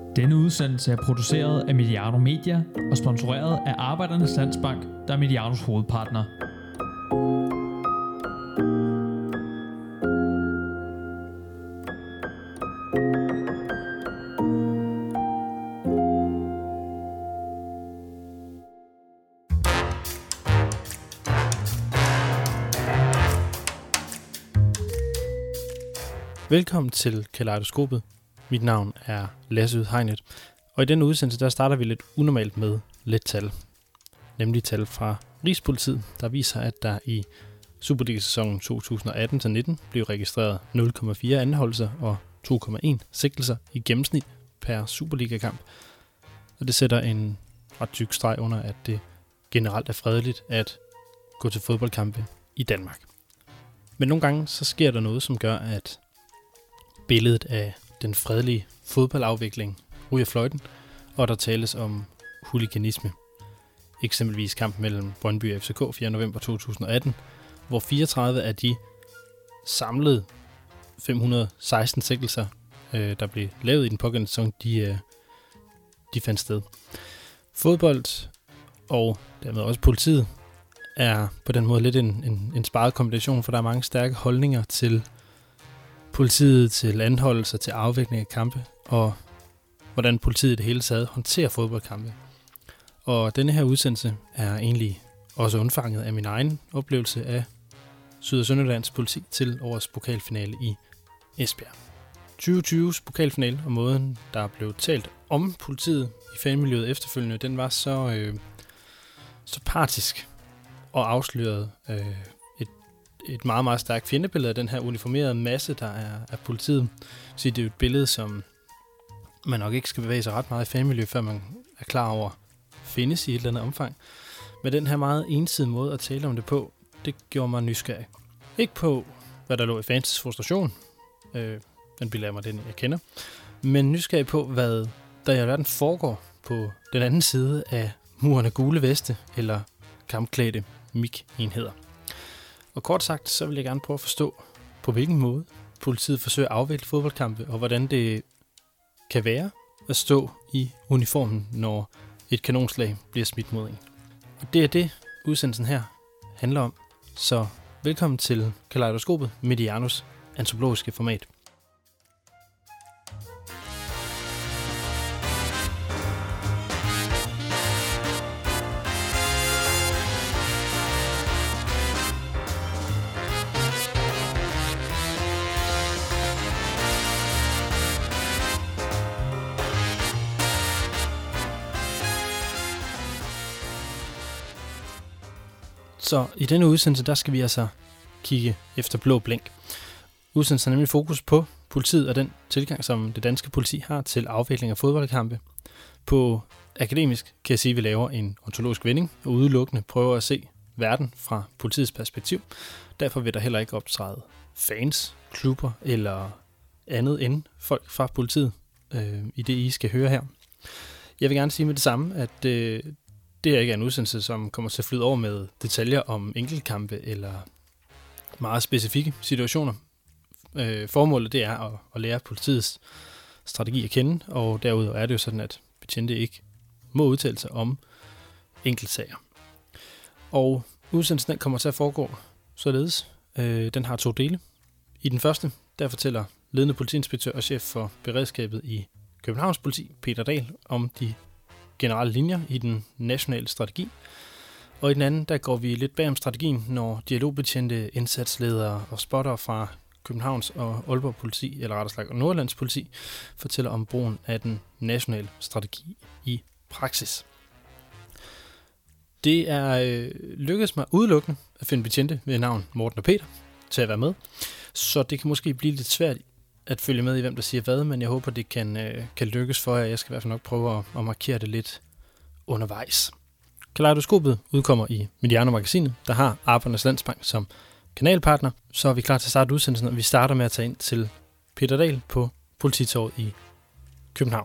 Denne udsendelse er produceret af Mediano Media og sponsoreret af Arbejdernes Landsbank, der er Medianos hovedpartner. Velkommen til Kaleidoskopet. Mit navn er Lasse Hegnet, og i denne udsendelse der starter vi lidt unormalt med lidt tal. Nemlig tal fra Rigspolitiet, der viser, at der i Superliga-sæsonen 2018-19 blev registreret 0,4 anholdelser og 2,1 sigtelser i gennemsnit per Superliga-kamp. Og det sætter en ret tyk streg under, at det generelt er fredeligt at gå til fodboldkampe i Danmark. Men nogle gange så sker der noget, som gør, at billedet af den fredelige fodboldafvikling ryger fløjten, og der tales om huliganisme. Eksempelvis kampen mellem Brøndby og FCK 4. november 2018, hvor 34 af de samlede 516 sigtelser, der blev lavet i den pågældende sæson, de fandt sted. Fodbold og dermed også politiet er på den måde lidt en sparet kombination, for der er mange stærke holdninger til politiet, til anholdelser, til afvikling af kampe, og hvordan politiet i det hele taget håndterer fodboldkampe. Og denne her udsendelse er egentlig også undfanget af min egen oplevelse af Syd- og Sønderjyllands politi til årets pokalfinale i Esbjerg. 2020's pokalfinale og måden, der blev talt om politiet i fanmiljøet efterfølgende, den var så partisk og afslørede et meget, meget stærkt fjendebillede af den her uniformerede masse, der er politiet. Så det er jo et billede, som man nok ikke skal bevæge sig ret meget i fanmiljøet, før man er klar over findes i et eller andet omfang. Men den her meget ensidige måde at tale om det på, det gjorde mig nysgerrig. Ikke på, hvad der lå i fans frustration, den bilder mig den, jeg kender, men nysgerrig på, hvad der i alverden foregår på den anden side af muren af gule veste eller kampklædte MIG-enheder. Og kort sagt, så vil jeg gerne prøve at forstå, på hvilken måde politiet forsøger at afvikle fodboldkampe, og hvordan det kan være at stå i uniformen, når et kanonslag bliver smidt mod en. Og det er det, udsendelsen her handler om. Så velkommen til Kaleidoskopet, Medianos antropologiske format. Så i denne udsendelse, der skal vi altså kigge efter blå blink. Udsendelsen er nemlig fokus på politiet og den tilgang, som det danske politi har til afvikling af fodboldkampe. På akademisk kan jeg sige, at vi laver en ontologisk vending og udelukkende prøver at se verden fra politiets perspektiv. Derfor vil der heller ikke optræde fans, klubber eller andet end folk fra politiet i det, I skal høre her. Jeg vil gerne sige med det samme, at det er ikke en udsendelse, som kommer til at flyde over med detaljer om enkeltkampe eller meget specifikke situationer. Formålet det er at lære politiets strategi at kende, og derudover er det jo sådan, at betjente ikke må udtale sig om enkeltsager. Og udsendelsen kommer til at foregå således. Den har 2 dele. I den første, der fortæller ledende politiinspektør og chef for beredskabet i Københavns Politi, Peter Dahl, om de generelle linjer i den nationale strategi. Og i den anden, der går vi lidt bag om strategien, når dialogbetjente, indsatsledere og spottere fra Københavns og Aalborg Politi, eller rettere sagt Nordjyllands Politi, fortæller om brugen af den nationale strategi i praksis. Det er lykkedes mig udelukkende at finde betjente ved navn Morten og Peter til at være med, så det kan måske blive lidt svært at følge med i, hvem der siger hvad, men jeg håber, det kan lykkes for jer. Jeg skal i hvert fald nok prøve at markere det lidt undervejs. Kaleidoskopet udkommer i Mediano-magasinet, der har Arbejdernes Landsbank som kanalpartner. Så er vi klar til at starte udsendelsen, og vi starter med at tage ind til Peter Dahl på Polititorvet i København.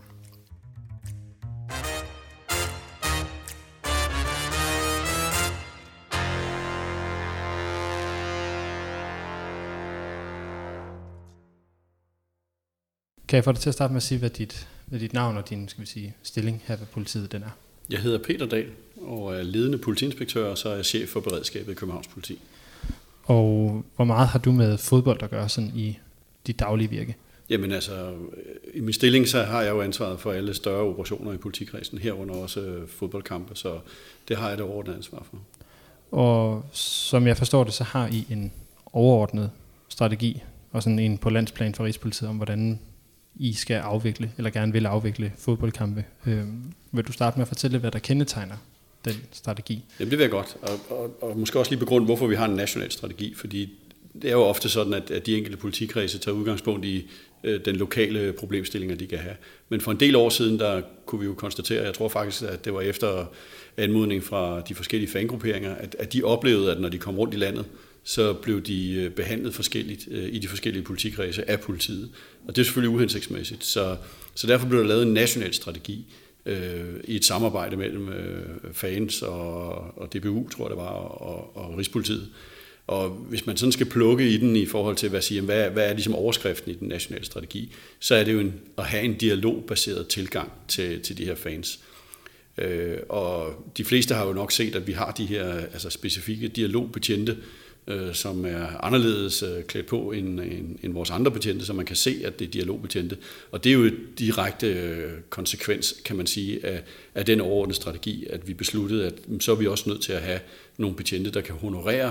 Kan jeg få dig til at starte med at sige, hvad dit dit navn og din, stilling her ved politiet, den er? Jeg hedder Peter Dahl og er ledende politiinspektør, og så er jeg chef for beredskabet i Københavns Politi. Og hvor meget har du med fodbold at gøre sådan i dit daglige virke? Jamen altså, i min stilling så har jeg jo ansvaret for alle større operationer i politikredsen, herunder også fodboldkampe, så det har jeg det overordnede ansvar for. Og som jeg forstår det, så har I en overordnet strategi, og sådan en på landsplan for Rigspolitiet, om hvordan I skal afvikle, eller gerne vil afvikle fodboldkampe. Vil du starte med at fortælle, hvad der kendetegner den strategi? Jamen det vil jeg godt, og måske også lige begrunde, hvorfor vi har en national strategi, fordi det er jo ofte sådan, at de enkelte politikredse tager udgangspunkt i den lokale problemstillinger, de kan have. Men for en del år siden, der kunne vi jo konstatere, jeg tror faktisk, at det var efter anmodning fra de forskellige fangrupperinger, at de oplevede, at når de kom rundt i landet, så blev de behandlet forskelligt i de forskellige politikredse af politiet. Og det er selvfølgelig uhensigtsmæssigt. Så derfor blev der lavet en national strategi i et samarbejde mellem fans og DBU, tror jeg det var, og Rigspolitiet. Og hvis man sådan skal plukke i den i forhold til, hvad er ligesom overskriften i den nationale strategi, så er det jo at have en dialogbaseret tilgang til de her fans. Og de fleste har jo nok set, at vi har de her specifikke dialogbetjente, som er anderledes klædt på end vores andre betjente, så man kan se, at det er dialogbetjente. Og det er jo et direkte konsekvens, kan man sige, af den overordnede strategi, at vi besluttede, at så er vi også nødt til at have nogle betjente, der kan honorere,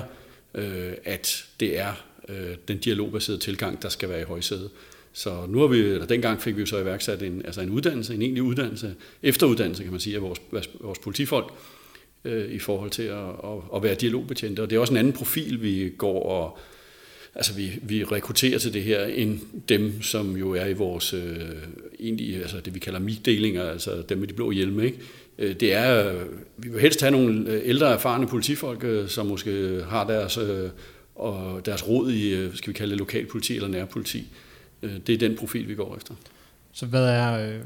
at det er den dialogbaserede tilgang, der skal være i højsædet. Så nu har vi, dengang fik vi jo så iværksat en uddannelse, en egentlig uddannelse, efteruddannelse kan man sige, af vores politifolk, i forhold til at være dialogbetjente. Og det er også en anden profil, vi går og vi rekrutterer til det her, end dem, som jo er i vores det vi kalder MIG-delinger, altså dem med de blå hjelme, ikke? Det er, vi vil helst have nogle ældre erfarne politifolk, som måske har deres råd i, skal vi kalde det lokalpoliti eller nærpoliti. Det er den profil, vi går efter. Så hvad er,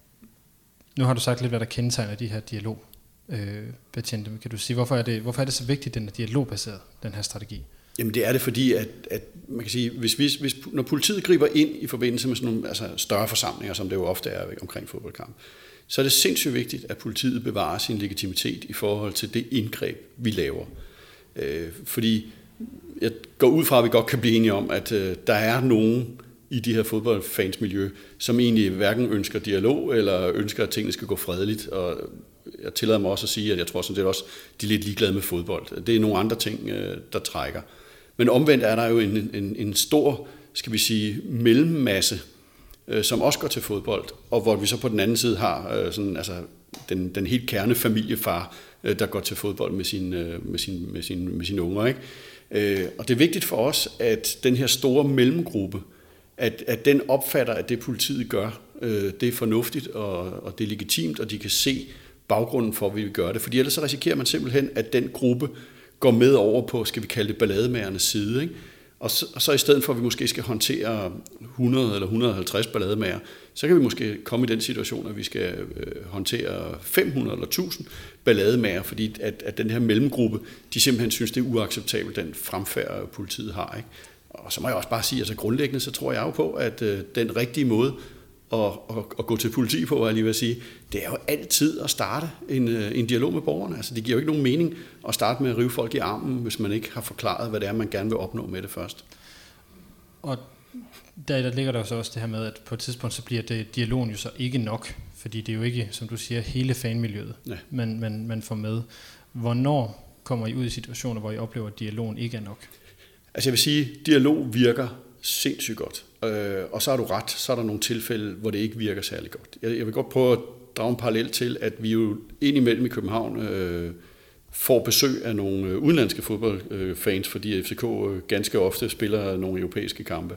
nu har du sagt lidt, hvad der kendetegner de her dialogbetjente. Kan du sige, hvorfor er det så vigtigt, den er dialogbaseret, den her strategi? Jamen det er det, fordi at man kan sige, hvis når politiet griber ind i forbindelse med sådan nogle større forsamlinger, som det jo ofte er omkring fodboldkamp, så er det sindssygt vigtigt, at politiet bevarer sin legitimitet i forhold til det indgreb, vi laver. Fordi jeg går ud fra, at vi godt kan blive enige om, at der er nogen i de her fodboldfansmiljø, som egentlig hverken ønsker dialog eller ønsker, at tingene skal gå fredeligt. Og jeg tillader mig også at sige, at jeg tror sådan set også, de er lidt ligeglade med fodbold. Det er nogle andre ting, der trækker. Men omvendt er der jo en stor, skal vi sige, mellemmasse, som også går til fodbold, og hvor vi så på den anden side har den helt kerne familiefar, der går til fodbold med sine unger, ikke? Og det er vigtigt for os, at den her store mellemgruppe, at den opfatter, at det politiet gør, det er fornuftigt, og det er legitimt, og de kan se baggrunden for, at vi vil gøre det. Fordi ellers så risikerer man simpelthen, at den gruppe går med over på, skal vi kalde det, ballademagernes side, ikke? Og så i stedet for, at vi måske skal håndtere 100 eller 150 ballademager, så kan vi måske komme i den situation, at vi skal håndtere 500 eller 1000 ballademager, fordi at den her mellemgruppe, de simpelthen synes, det er uacceptabelt, den fremfærd, politiet har, ikke? Og så må jeg også bare sige, altså grundlæggende, så tror jeg jo på, at den rigtige måde at gå til politi på, jeg lige vil sige, det er jo altid at starte en dialog med borgerne. Altså det giver jo ikke nogen mening at starte med at rive folk i armen, hvis man ikke har forklaret, hvad det er, man gerne vil opnå med det først. Og der ligger der jo så også det her med, at på et tidspunkt, så bliver dialogen jo så ikke nok, fordi det er jo ikke, som du siger, hele fanmiljøet, man får med. Hvornår kommer I ud i situationer, hvor I oplever, at dialogen ikke er nok? Altså jeg vil sige, at dialog virker sindssygt godt. Og så har du ret, så er der nogle tilfælde, hvor det ikke virker særlig godt. Jeg vil godt prøve at drage en parallel til, at vi jo indimellem i København får besøg af nogle udenlandske fodboldfans, fordi FCK ganske ofte spiller nogle europæiske kampe.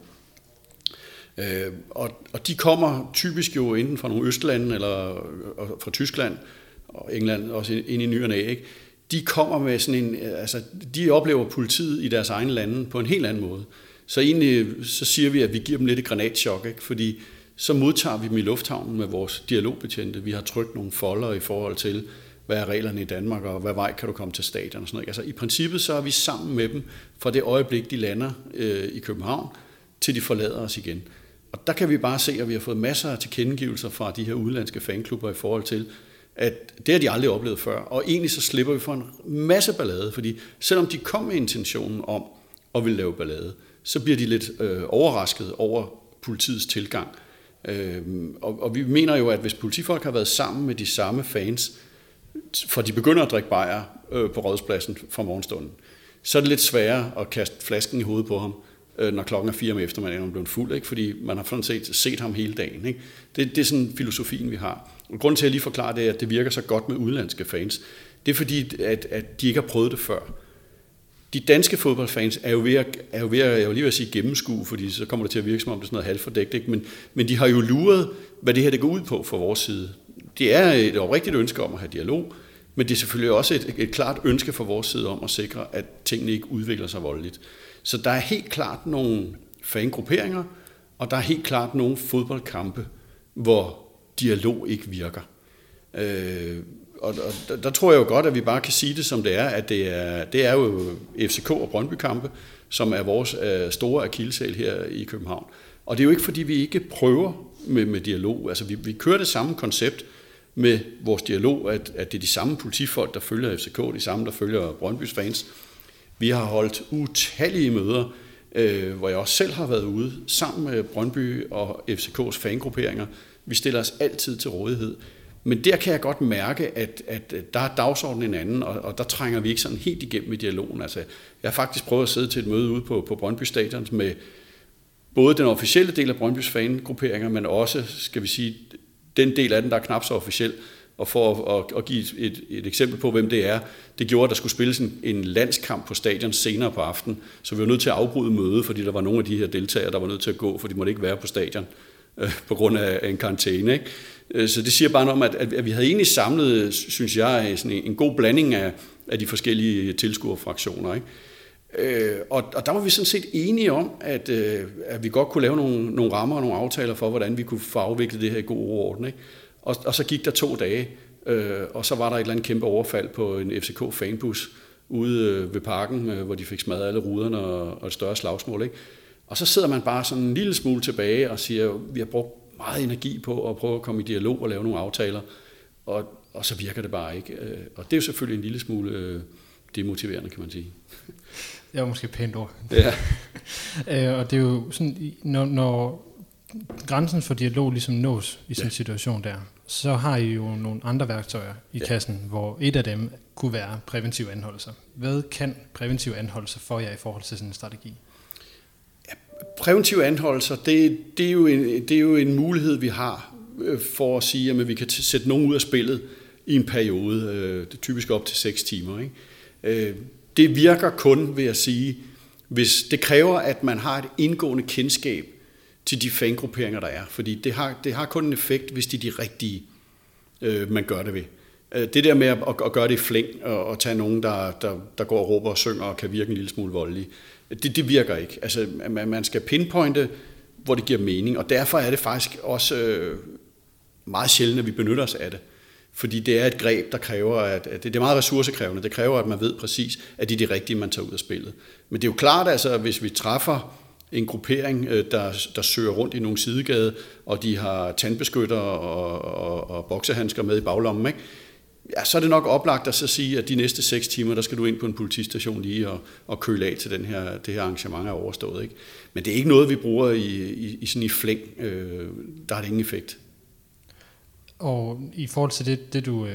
Og de kommer typisk jo enten fra nogle østlande eller fra Tyskland og England, også ind i ny og næ, ikke? De kommer med sådan de oplever politiet i deres egne lande på en helt anden måde. Så egentlig så siger vi, at vi giver dem lidt et granatchok, ikke? Fordi så modtager vi dem i lufthavnen med vores dialogbetjente. Vi har trykt nogle folder i forhold til, hvad er reglerne i Danmark, og hvad vej kan du komme til stadion og sådan noget. Altså i princippet så er vi sammen med dem fra det øjeblik, de lander i København, til de forlader os igen. Og der kan vi bare se, at vi har fået masser af tilkendegivelser fra de her udenlandske fanklubber i forhold til, at det har de aldrig oplevet før. Og egentlig så slipper vi for en masse ballade, fordi selvom de kom med intentionen om at ville lave ballade, så bliver de lidt overrasket over politiets tilgang. Og vi mener jo, at hvis politifolk har været sammen med de samme fans, for de begynder at drikke bajer på Rådhuspladsen fra morgenstunden, så er det lidt sværere at kaste flasken i hovedet på ham, når klokken er 4 om eftermiddagen, og han er blevet fuld, ikke? Fordi man har set ham hele dagen. Ikke? Det er sådan filosofien, vi har. Og grunden til, at jeg lige forklarer det, er, at det virker så godt med udenlandske fans. Det er fordi, at de ikke har prøvet det før. De danske fodboldfans er jo ved at jeg vil lige vil sige gennemskue, fordi så kommer det til at virke som om det er sådan noget halvfordækt, ikke? Men de har jo luret, hvad det her det går ud på fra vores side. Det er et oprigtigt ønske om at have dialog, men det er selvfølgelig også et klart ønske fra vores side om at sikre, at tingene ikke udvikler sig voldeligt. Så der er helt klart nogle fangrupperinger, og der er helt klart nogle fodboldkampe, hvor dialog ikke virker. Og der tror jeg jo godt, at vi bare kan sige det, som det er, at det er jo FCK og Brøndby-kampe, som er vores store akilleshæl her i København. Og det er jo ikke, fordi vi ikke prøver med dialog. Altså, vi kører det samme koncept med vores dialog, at det er de samme politifolk, der følger FCK, de samme, der følger Brøndbys fans. Vi har holdt utallige møder, hvor jeg også selv har været ude, sammen med Brøndby og FCK's fangrupperinger. Vi stiller os altid til rådighed. Men der kan jeg godt mærke, at der er dagsordenen en anden, og der trænger vi ikke sådan helt igennem i dialogen. Altså, jeg har faktisk prøvet at sidde til et møde ude på Brøndby Stadion med både den officielle del af Brøndbys fangrupperinger, men også, skal vi sige, den del af den, der er knap så officiel. Og for at give et eksempel på, hvem det er, det gjorde, at der skulle spilles en landskamp på stadion senere på aftenen, så vi var nødt til at afbryde mødet, fordi der var nogle af de her deltagere, der var nødt til at gå, for de måtte ikke være på stadion på grund af en karantæne, ikke? Så det siger bare noget om, at vi havde egentlig samlet, synes jeg, sådan en god blanding af de forskellige tilskuerfraktioner, ikke? Og der var vi sådan set enige om, at vi godt kunne lave nogle rammer og nogle aftaler for, hvordan vi kunne få afviklet det her i god orden, ikke? Og så gik der 2 dage, og så var der et eller andet kæmpe overfald på en FCK-fanbus ude ved parken, hvor de fik smadret alle ruderne og et større slagsmål, ikke? Og så sidder man bare sådan en lille smule tilbage og siger, vi har brugt meget energi på at prøve at komme i dialog og lave nogle aftaler, og så virker det bare ikke. Og det er jo selvfølgelig en lille smule demotiverende, kan man sige. Det var måske pænt ord. Ja. Og det er jo sådan, når grænsen for dialog ligesom nås i sådan en situation der, så har I jo nogle andre værktøjer i kassen, hvor et af dem kunne være præventive anholdelser. Hvad kan præventive anholdelser for jer i forhold til sådan en strategi? Præventive anholdelser, det er jo en mulighed, vi har for at sige, at vi kan sætte nogen ud af spillet i en periode, det er typisk op til 6 timer. Ikke? Det virker kun, vil jeg sige, hvis det kræver, at man har et indgående kendskab til de fangrupperinger, der er. Fordi det har kun en effekt, hvis de er de rigtige, man gør det ved. Det der med at gøre det i flæng og tage nogen, der går og råber og synger og kan virke en lille smule voldelige, det virker ikke. Altså, man skal pinpointe, hvor det giver mening, og derfor er det faktisk også meget sjældent, at vi benytter os af det. Fordi det er et greb, der kræver, at det er meget ressourcekrævende. Det kræver, at man ved præcis, at det er de rigtige, man tager ud af spillet. Men det er jo klart, altså, at hvis vi træffer en gruppering, der søger rundt i nogle sidegade, og de har tandbeskytter og boksehandsker med i baglommen, ikke? Ja, så er det nok oplagt at så sige, at de næste 6 timer, der skal du ind på en politistation lige og køle af til det her arrangement er overstået, ikke? Men det er ikke noget, vi bruger i flæng. Der har det ingen effekt. Og i forhold til det du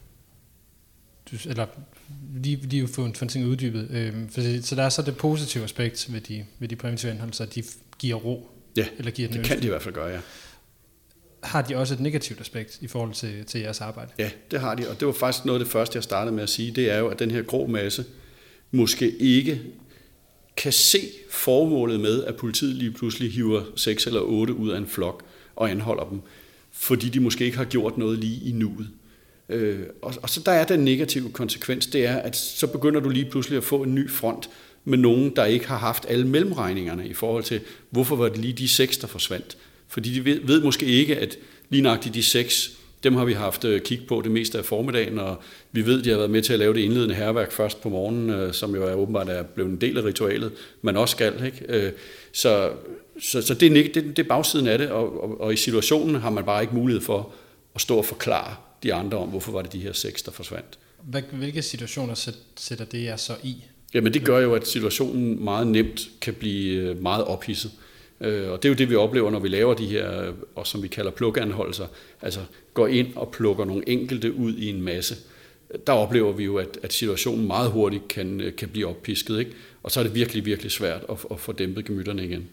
eller lige få en ting uddybet, så der er så det positive aspekt ved de præventive anholdelser, at de giver ro. Ja, eller giver det kan de i hvert fald gøre, ja. Har de også et negativt aspekt i forhold til jeres arbejde? Ja, det har de, og det var faktisk noget af det første, jeg startede med at sige, det er jo, at den her grå masse måske ikke kan se formålet med, at politiet lige pludselig hiver 6 eller 8 ud af en flok og anholder dem, fordi de måske ikke har gjort noget lige i nuet. Og så der er den negative konsekvens, det er, at så begynder du lige pludselig at få en ny front med nogen, der ikke har haft alle mellemregningerne i forhold til, hvorfor var det lige de 6, der forsvandt. Fordi de ved måske ikke, at lige nøjagtigt de 6, dem har vi haft kig på det meste af formiddagen, og vi ved, de har været med til at lave det indledende hærværk først på morgenen, som jo åbenbart er blevet en del af ritualet, man også skal, ikke? Så det er bagsiden af det, og i situationen har man bare ikke mulighed for at stå og forklare de andre om, hvorfor var det de her 6, der forsvandt. Hvilke situationer sætter det jer så i? Jamen det gør jo, at situationen meget nemt kan blive meget ophidset. Og det er jo det, vi oplever, når vi laver de her, og som vi kalder plukanholdelser, altså går ind og plukker nogle enkelte ud i en masse. Der oplever vi jo, at situationen meget hurtigt kan blive oppisket, ikke? Og så er det virkelig, virkelig svært at få dæmpet gemytterne igen.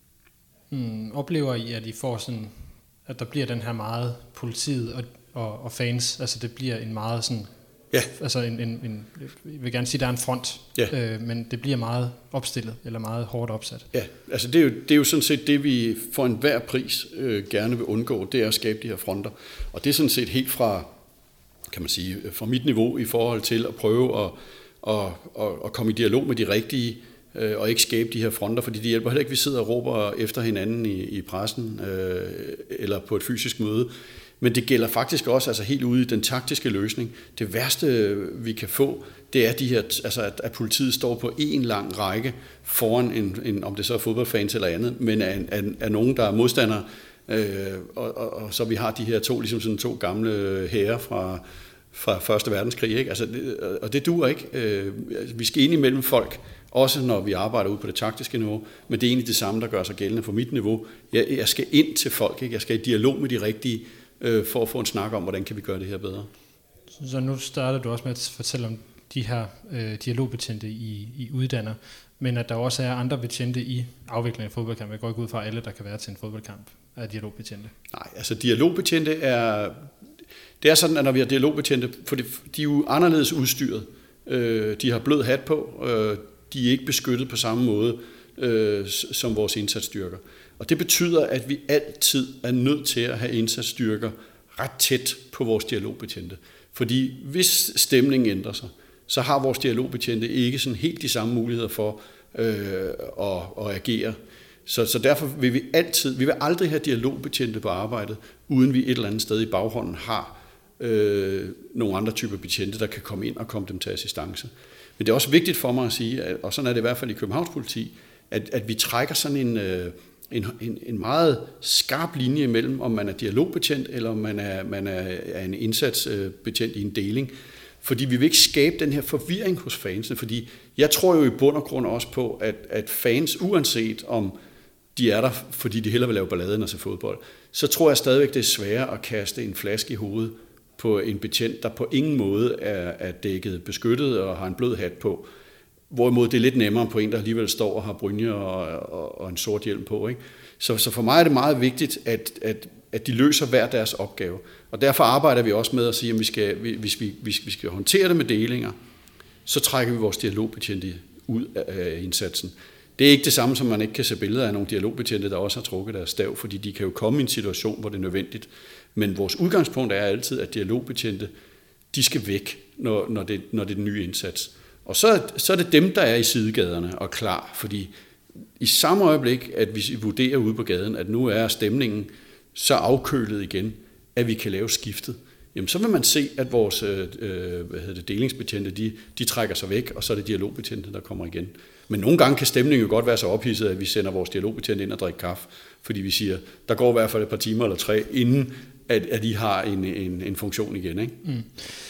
Oplever I, at I får sådan, at der bliver den her meget politiet og fans, altså det bliver en meget sådan, ja. Altså jeg vil gerne sige, at der er en front, ja. Men det bliver meget opstillet, eller meget hårdt opsat. Ja, altså det er jo sådan set det, vi for enhver pris gerne vil undgå, det er at skabe de her fronter. Og det er sådan set helt fra, kan man sige, fra mit niveau i forhold til at prøve at komme i dialog med de rigtige, og ikke skabe de her fronter, fordi det hjælper heller ikke, at vi sidder og råber efter hinanden i pressen eller på et fysisk møde. Men det gælder faktisk også altså helt ude i den taktiske løsning. Det værste, vi kan få, det er de her, altså at politiet står på en lang række foran en om det så er fodboldfans eller andet, men af nogen, der er modstandere. Og så vi har de her ligesom sådan 2 gamle hære fra 1. verdenskrig, ikke? Altså, og det duer ikke. Vi skal ind imellem folk, også når vi arbejder ude på det taktiske niveau, men det er egentlig det samme, der gør sig gældende for mit niveau. Jeg skal ind til folk, ikke? Jeg skal i dialog med de rigtige, for at få en snak om, hvordan kan vi gøre det her bedre. Så nu starter du også med at fortælle om de her dialogbetjente I uddanner, men at der også er andre betjente i afviklingen af fodboldkamp. Jeg går ikke ud fra alle, der kan være til en fodboldkamp, er dialogbetjente. Nej, altså dialogbetjente det er sådan, at når vi har dialogbetjente, for de er jo anderledes udstyret. De har blød hat på, de er ikke beskyttet på samme måde som vores indsatsstyrker. Og det betyder, at vi altid er nødt til at have indsatsstyrker ret tæt på vores dialogbetjente. Fordi hvis stemningen ændrer sig, så har vores dialogbetjente ikke sådan helt de samme muligheder for at agere. Så derfor vil vi vil aldrig have dialogbetjente på arbejdet, uden vi et eller andet sted i baghånden har nogle andre typer betjente, der kan komme ind og komme dem til assistance. Men det er også vigtigt for mig at sige, og sådan er det i hvert fald i Københavns Politi, at vi trækker sådan en meget skarp linje imellem, om man er dialogbetjent, eller om man er en indsatsbetjent i en deling. Fordi vi vil ikke skabe den her forvirring hos fansene, fordi jeg tror jo i bund og grund også på, at fans, uanset om de er der, fordi de hellere vil lave ballade end at se fodbold, så tror jeg stadigvæk, det er sværere at kaste en flaske i hovedet på en betjent, der på ingen måde er dækket beskyttet og har en blød hat på. Hvorimod det er lidt nemmere på en, der alligevel står og har brynje og en sort hjelm på, ikke? Så for mig er det meget vigtigt, at de løser hver deres opgave. Og derfor arbejder vi også med at sige, at hvis vi skal håndtere det med delinger, så trækker vi vores dialogbetjente ud af indsatsen. Det er ikke det samme, som man ikke kan se billeder af nogle dialogbetjente, der også har trukket deres stav, fordi de kan jo komme i en situation, hvor det er nødvendigt. Men vores udgangspunkt er altid, at dialogbetjente, de skal væk, når det er den nye indsats. Og så er det dem, der er i sidegaderne og klar, fordi i samme øjeblik, at vi vurderer ude på gaden, at nu er stemningen så afkølet igen, at vi kan lave skiftet, jamen så vil man se, at vores delingsbetjente, de trækker sig væk, og så er det dialogbetjente, der kommer igen. Men nogle gange kan stemningen jo godt være så ophidset, at vi sender vores dialogbetjente ind og drikker kaffe, fordi vi siger, der går i hvert fald et par timer eller 3, inden at de har en funktion igen, ikke? Mm.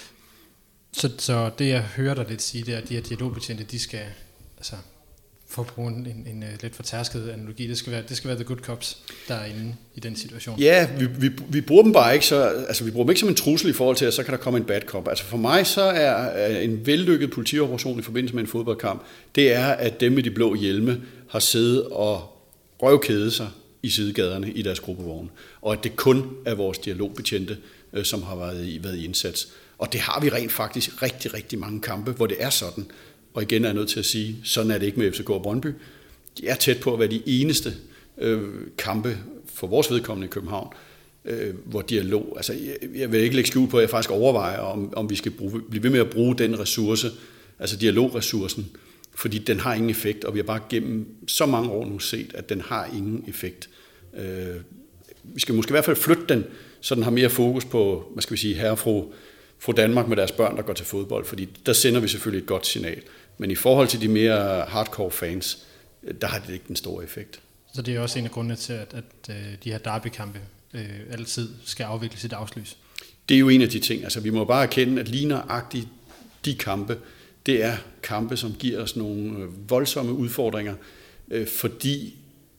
Så det, jeg hører dig lidt sige, det er, at de her dialogbetjente, de skal, altså, for at bruge en lidt fortærsket analogi, det skal være the good cops, der er inde i den situation. Ja, vi bruger dem bare ikke så, altså vi bruger dem ikke som en trussel i forhold til, at så kan der komme en bad cop. Altså for mig så er en vellykket politioperation i forbindelse med en fodboldkamp, det er, at dem med de blå hjelme har siddet og røvkædet sig i sidegaderne i deres gruppevogne, og at det kun er vores dialogbetjente, som har været i indsats. Og det har vi rent faktisk rigtig, rigtig mange kampe, hvor det er sådan. Og igen er jeg nødt til at sige, sådan er det ikke med FCK og Brøndby. De er tæt på at være de eneste kampe for vores vedkommende i København, hvor dialog, altså jeg vil ikke lægge skjul på, at jeg faktisk overvejer, om vi skal blive ved med at bruge den ressource, altså dialogressourcen, fordi den har ingen effekt, og vi har bare gennem så mange år nu set, at den har ingen effekt. vi skal måske i hvert fald flytte den, så den har mere fokus på, hvad skal vi sige, herre fru Danmark med deres børn, der går til fodbold, fordi der sender vi selvfølgelig et godt signal. Men i forhold til de mere hardcore fans, der har det ikke den store effekt. Så det er også en af grundene til, at de her derbykampe altid skal afvikles i dagslys? Det er jo en af de ting. Altså, vi må bare erkende, at lige nøjagtigt de kampe, det er kampe, som giver os nogle voldsomme udfordringer, fordi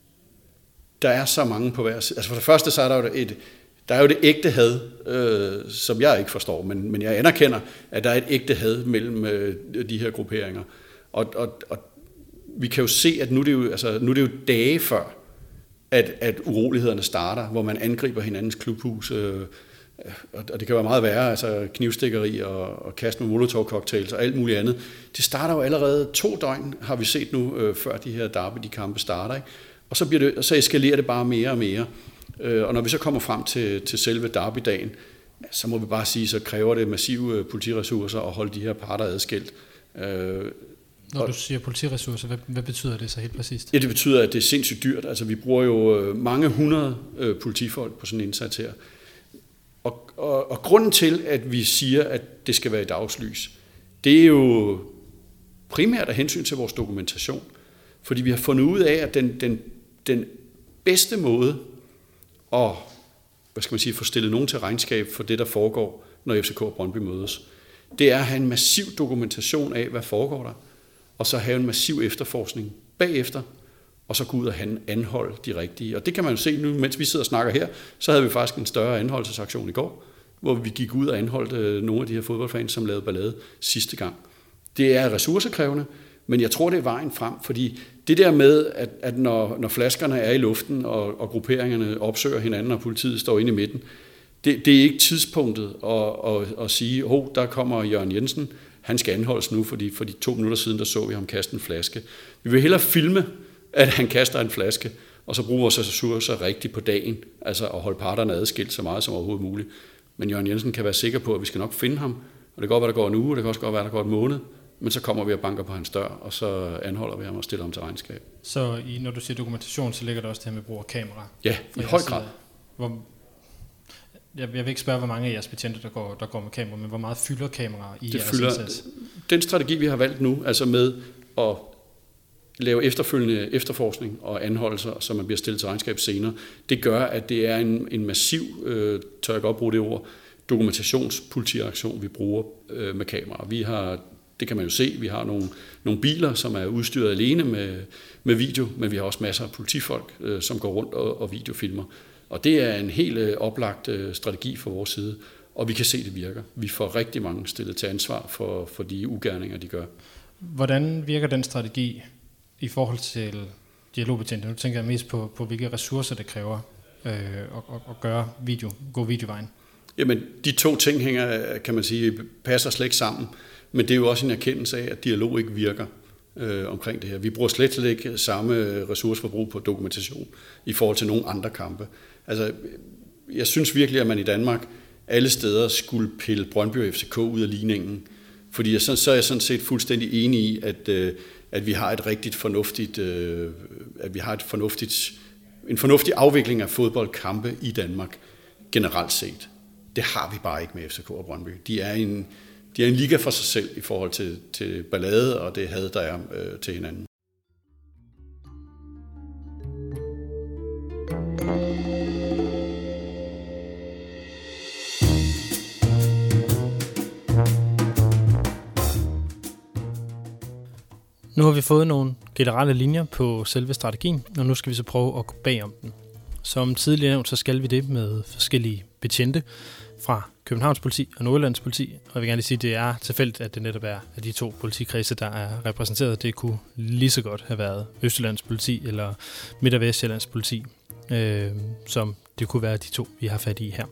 der er så mange på hver side. Altså for det første, så er der er jo det ægte had, som jeg ikke forstår, men jeg anerkender, at der er et ægte had mellem de her grupperinger. Og vi kan jo se, at nu er det jo dage før, at urolighederne starter, hvor man angriber hinandens klubhus, og det kan være meget værre, altså knivstikkeri og kast med molotov-cocktails og alt muligt andet. Det starter jo allerede 2 døgn, har vi set nu, før de her derby, de kampe starter, ikke? Og så eskalerer det bare mere og mere. Og når vi så kommer frem til selve derbydagen, så må vi bare sige, så kræver det massive politiressourcer at holde de her parter adskilt. Når du siger politiressourcer, hvad betyder det så helt præcist? Ja, det betyder, at det er sindssygt dyrt. Altså, vi bruger jo mange 100 politifolk på sådan en indsats her. Og grunden til, at vi siger, at det skal være i dagslys, det er jo primært af hensyn til vores dokumentation. Fordi vi har fundet ud af, at den bedste måde at få stillet nogen til regnskab for det, der foregår, når FCK og Brøndby mødes, det er at have en massiv dokumentation af, hvad foregår der, og så have en massiv efterforskning bagefter, og så gå ud og anholde de rigtige. Og det kan man jo se nu, mens vi sidder og snakker her, så havde vi faktisk en større anholdelsesaktion i går, hvor vi gik ud og anholdte nogle af de her fodboldfans, som lavede ballade sidste gang. Det er ressourcekrævende, men jeg tror, det er vejen frem, fordi det der med, at når flaskerne er i luften, og grupperingerne opsøger hinanden, og politiet står inde i midten, det er ikke tidspunktet at sige, der kommer Jørgen Jensen, han skal anholdes nu, fordi for de 2 minutter siden, der så vi ham kaste en flaske. Vi vil hellere filme, at han kaster en flaske, og så bruger vores ressourcer rigtigt på dagen, altså at holde parterne adskilt så meget som overhovedet muligt. Men Jørgen Jensen kan være sikker på, at vi skal nok finde ham, og det kan godt være, der går en uge, og det kan også godt være, der går en måned, men så kommer vi og banker på hans dør, og så anholder vi ham og stiller ham til regnskab. Så når du siger dokumentation, så ligger der også det her med brug af kamera? Ja, i høj grad. Jeg vil ikke spørge, hvor mange af jeres betjente, der går med kamera, men hvor meget fylder kameraer i jeres indsats? Den strategi, vi har valgt nu, altså med at lave efterfølgende efterforskning og anholdelser, så man bliver stillet til regnskab senere, det gør, at det er en massiv, tør jeg godt bruge det ord, dokumentationspolitiaktion, vi bruger med kamera. Det kan man jo se, vi har nogle biler, som er udstyret alene med video, men vi har også masser af politifolk, som går rundt og videofilmer. Og det er en helt oplagt strategi fra vores side, og vi kan se, det virker. Vi får rigtig mange stillet til ansvar for de ugerninger, de gør. Hvordan virker den strategi i forhold til dialogbetjente? Nu tænker jeg mest på hvilke ressourcer det kræver at gå videovejen. Jamen, de 2 ting kan man sige, passer slet ikke sammen, men det er jo også en erkendelse af, at dialog ikke virker omkring det her. Vi bruger slet ikke samme ressourceforbrug på dokumentation i forhold til nogle andre kampe. Altså, jeg synes virkelig, at man i Danmark alle steder skulle pille Brøndby og FCK ud af ligningen, fordi så er jeg sådan set fuldstændig enig i, at vi har et rigtig fornuftigt, en fornuftig afvikling af fodboldkampe i Danmark generelt set. Det har vi bare ikke med FCK og Brøndby. De er en liga for sig selv i forhold til ballade og det had, der er til hinanden. Nu har vi fået nogle generelle linjer på selve strategien, og nu skal vi så prøve at gå bag om den. Som tidligere nævnt, så skal vi det med forskellige betjente fra Københavns politi og Nordjyllands politi. Og jeg vil gerne sige, at det er tilfældigt, at det netop er af de 2 politikredse, der er repræsenteret. Det kunne lige så godt have været Østjyllands politi eller Midt- og Vestjyllands politi, som det kunne være de 2, vi har fat i her.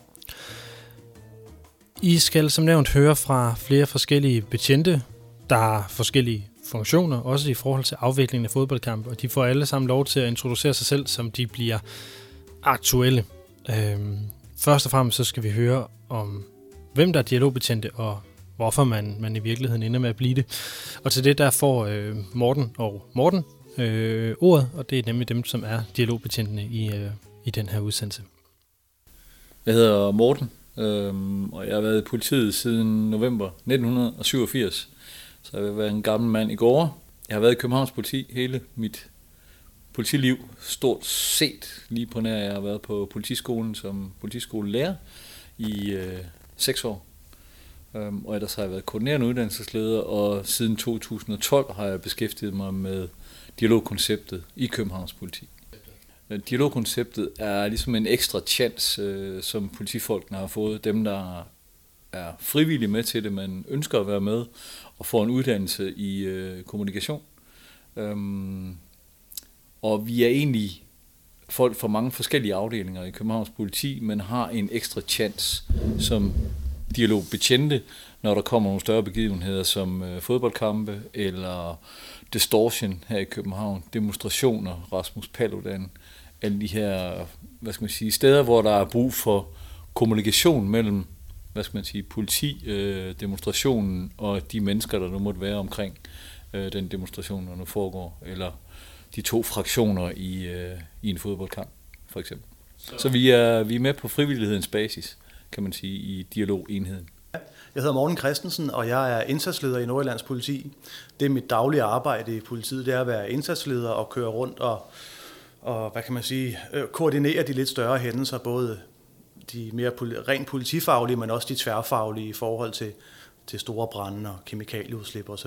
I skal som nævnt høre fra flere forskellige betjente, der har forskellige funktioner, også i forhold til afviklingen af fodboldkampe, og de får alle sammen lov til at introducere sig selv, som de bliver aktuelle. Først og fremmest så skal vi høre om, hvem der er dialogbetjente, og hvorfor man i virkeligheden ender med at blive det. Og til det der får Morten ordet, og det er nemlig dem, som er dialogbetjentene i den her udsendelse. Jeg hedder Morten, og jeg har været i politiet siden november 1987, så jeg har været en gammel mand i går. Jeg har været i Københavns politi hele mit politiliv, stort set lige på nær. Jeg har været på politiskolen som politiskolelærer i 6 år. Og ellers har jeg været koordinerende uddannelsesleder, og siden 2012 har jeg beskæftiget mig med dialogkonceptet i Københavns politi. Dialogkonceptet er ligesom en ekstra chance, som politifolkene har fået. Dem, der er frivillige med til det, man ønsker at være med, og får en uddannelse i kommunikation. Og vi er egentlig folk fra mange forskellige afdelinger i Københavns politi, men har en ekstra chance som dialogbetjente, når der kommer nogle større begivenheder som fodboldkampe eller distortion her i København, demonstrationer, Rasmus Paludan, alle de her, steder, hvor der er brug for kommunikation mellem, politi, demonstrationen og de mennesker, der nu måtte være omkring den demonstration, der nu foregår, eller de 2 fraktioner i en fodboldkamp, for eksempel. Så vi er med på frivillighedens basis, kan man sige, i dialogenheden. Jeg hedder Morten Christensen, og jeg er indsatsleder i Nordjyllands politi. Det er mit daglige arbejde i politiet, det er at være indsatsleder og køre rundt og koordinere de lidt større hændelser, både de mere rent politifaglige, men også de tværfaglige i forhold til store brande og kemikalieudslip osv.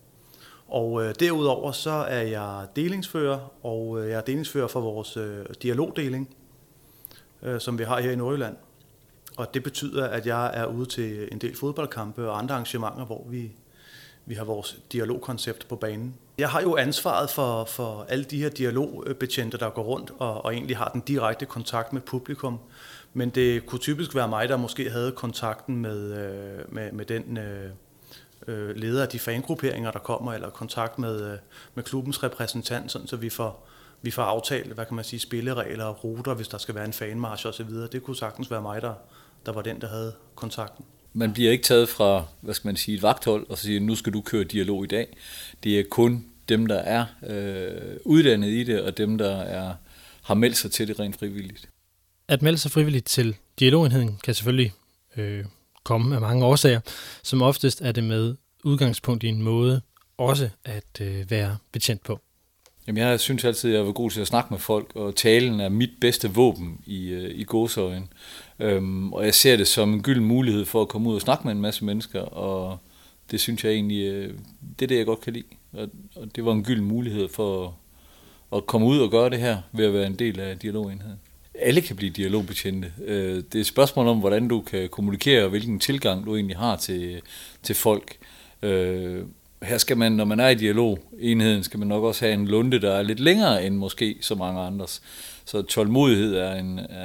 Og derudover så er jeg delingsfører, og jeg er delingsfører for vores dialogdeling, som vi har her i Nordjylland. Og det betyder, at jeg er ude til en del fodboldkampe og andre arrangementer, hvor vi har vores dialogkoncept på banen. Jeg har jo ansvaret for alle de her dialogbetjente, der går rundt og egentlig har den direkte kontakt med publikum. Men det kunne typisk være mig, der måske havde kontakten med den leder af de fangrupperinger, der kommer, eller kontakt med klubbens repræsentant, sådan, så vi får aftalt, spilleregler og ruter, hvis der skal være en fanmarch osv. Det kunne sagtens være mig, der var den, der havde kontakten. Man bliver ikke taget fra, et vagthold, og så siger, nu skal du køre dialog i dag. Det er kun dem, der er uddannet i det, og dem, der har meldt sig til det rent frivilligt. At melde sig frivilligt til dialogenheden kan selvfølgelig komme af mange årsager. Som oftest er det med udgangspunkt i en måde også at være betjent på. Jamen, jeg synes altid, at jeg er god til at snakke med folk, og talen er mit bedste våben i gåseøjne. Og jeg ser det som en gylden mulighed for at komme ud og snakke med en masse mennesker, og det synes jeg egentlig, det er det, jeg godt kan lide. Og det var en gylden mulighed for at komme ud og gøre det her, ved at være en del af dialogenheden. Alle kan blive dialogbetjente. Det er et spørgsmål om, hvordan du kan kommunikere, og hvilken tilgang du egentlig har til folk. Her skal man, når man er i dialogenheden, skal man nok også have en lunte, der er lidt længere end måske så mange andres. Så tålmodighed er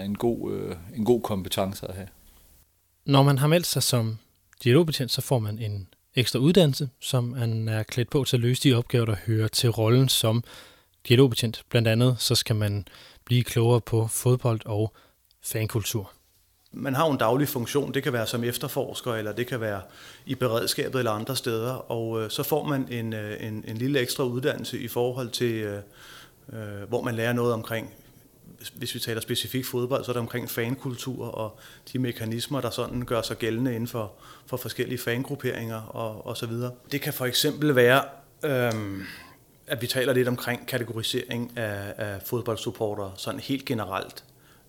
en god kompetence at have. Når man har meldt sig som dialogbetjent, så får man en ekstra uddannelse, som man er klædt på til at løse de opgaver, der hører til rollen som dialogbetjent. Blandt andet så skal man blive klogere på fodbold og fankultur. Man har jo en daglig funktion, det kan være som efterforsker, eller det kan være i beredskabet eller andre steder, og så får man en lille ekstra uddannelse i forhold til, hvor man lærer noget omkring, hvis vi taler specifikt fodbold, så er det omkring fankultur og de mekanismer, der sådan gør sig gældende inden for forskellige fangrupperinger og så videre. Det kan for eksempel være, at vi taler lidt omkring kategorisering af fodboldsupportere, sådan helt generelt.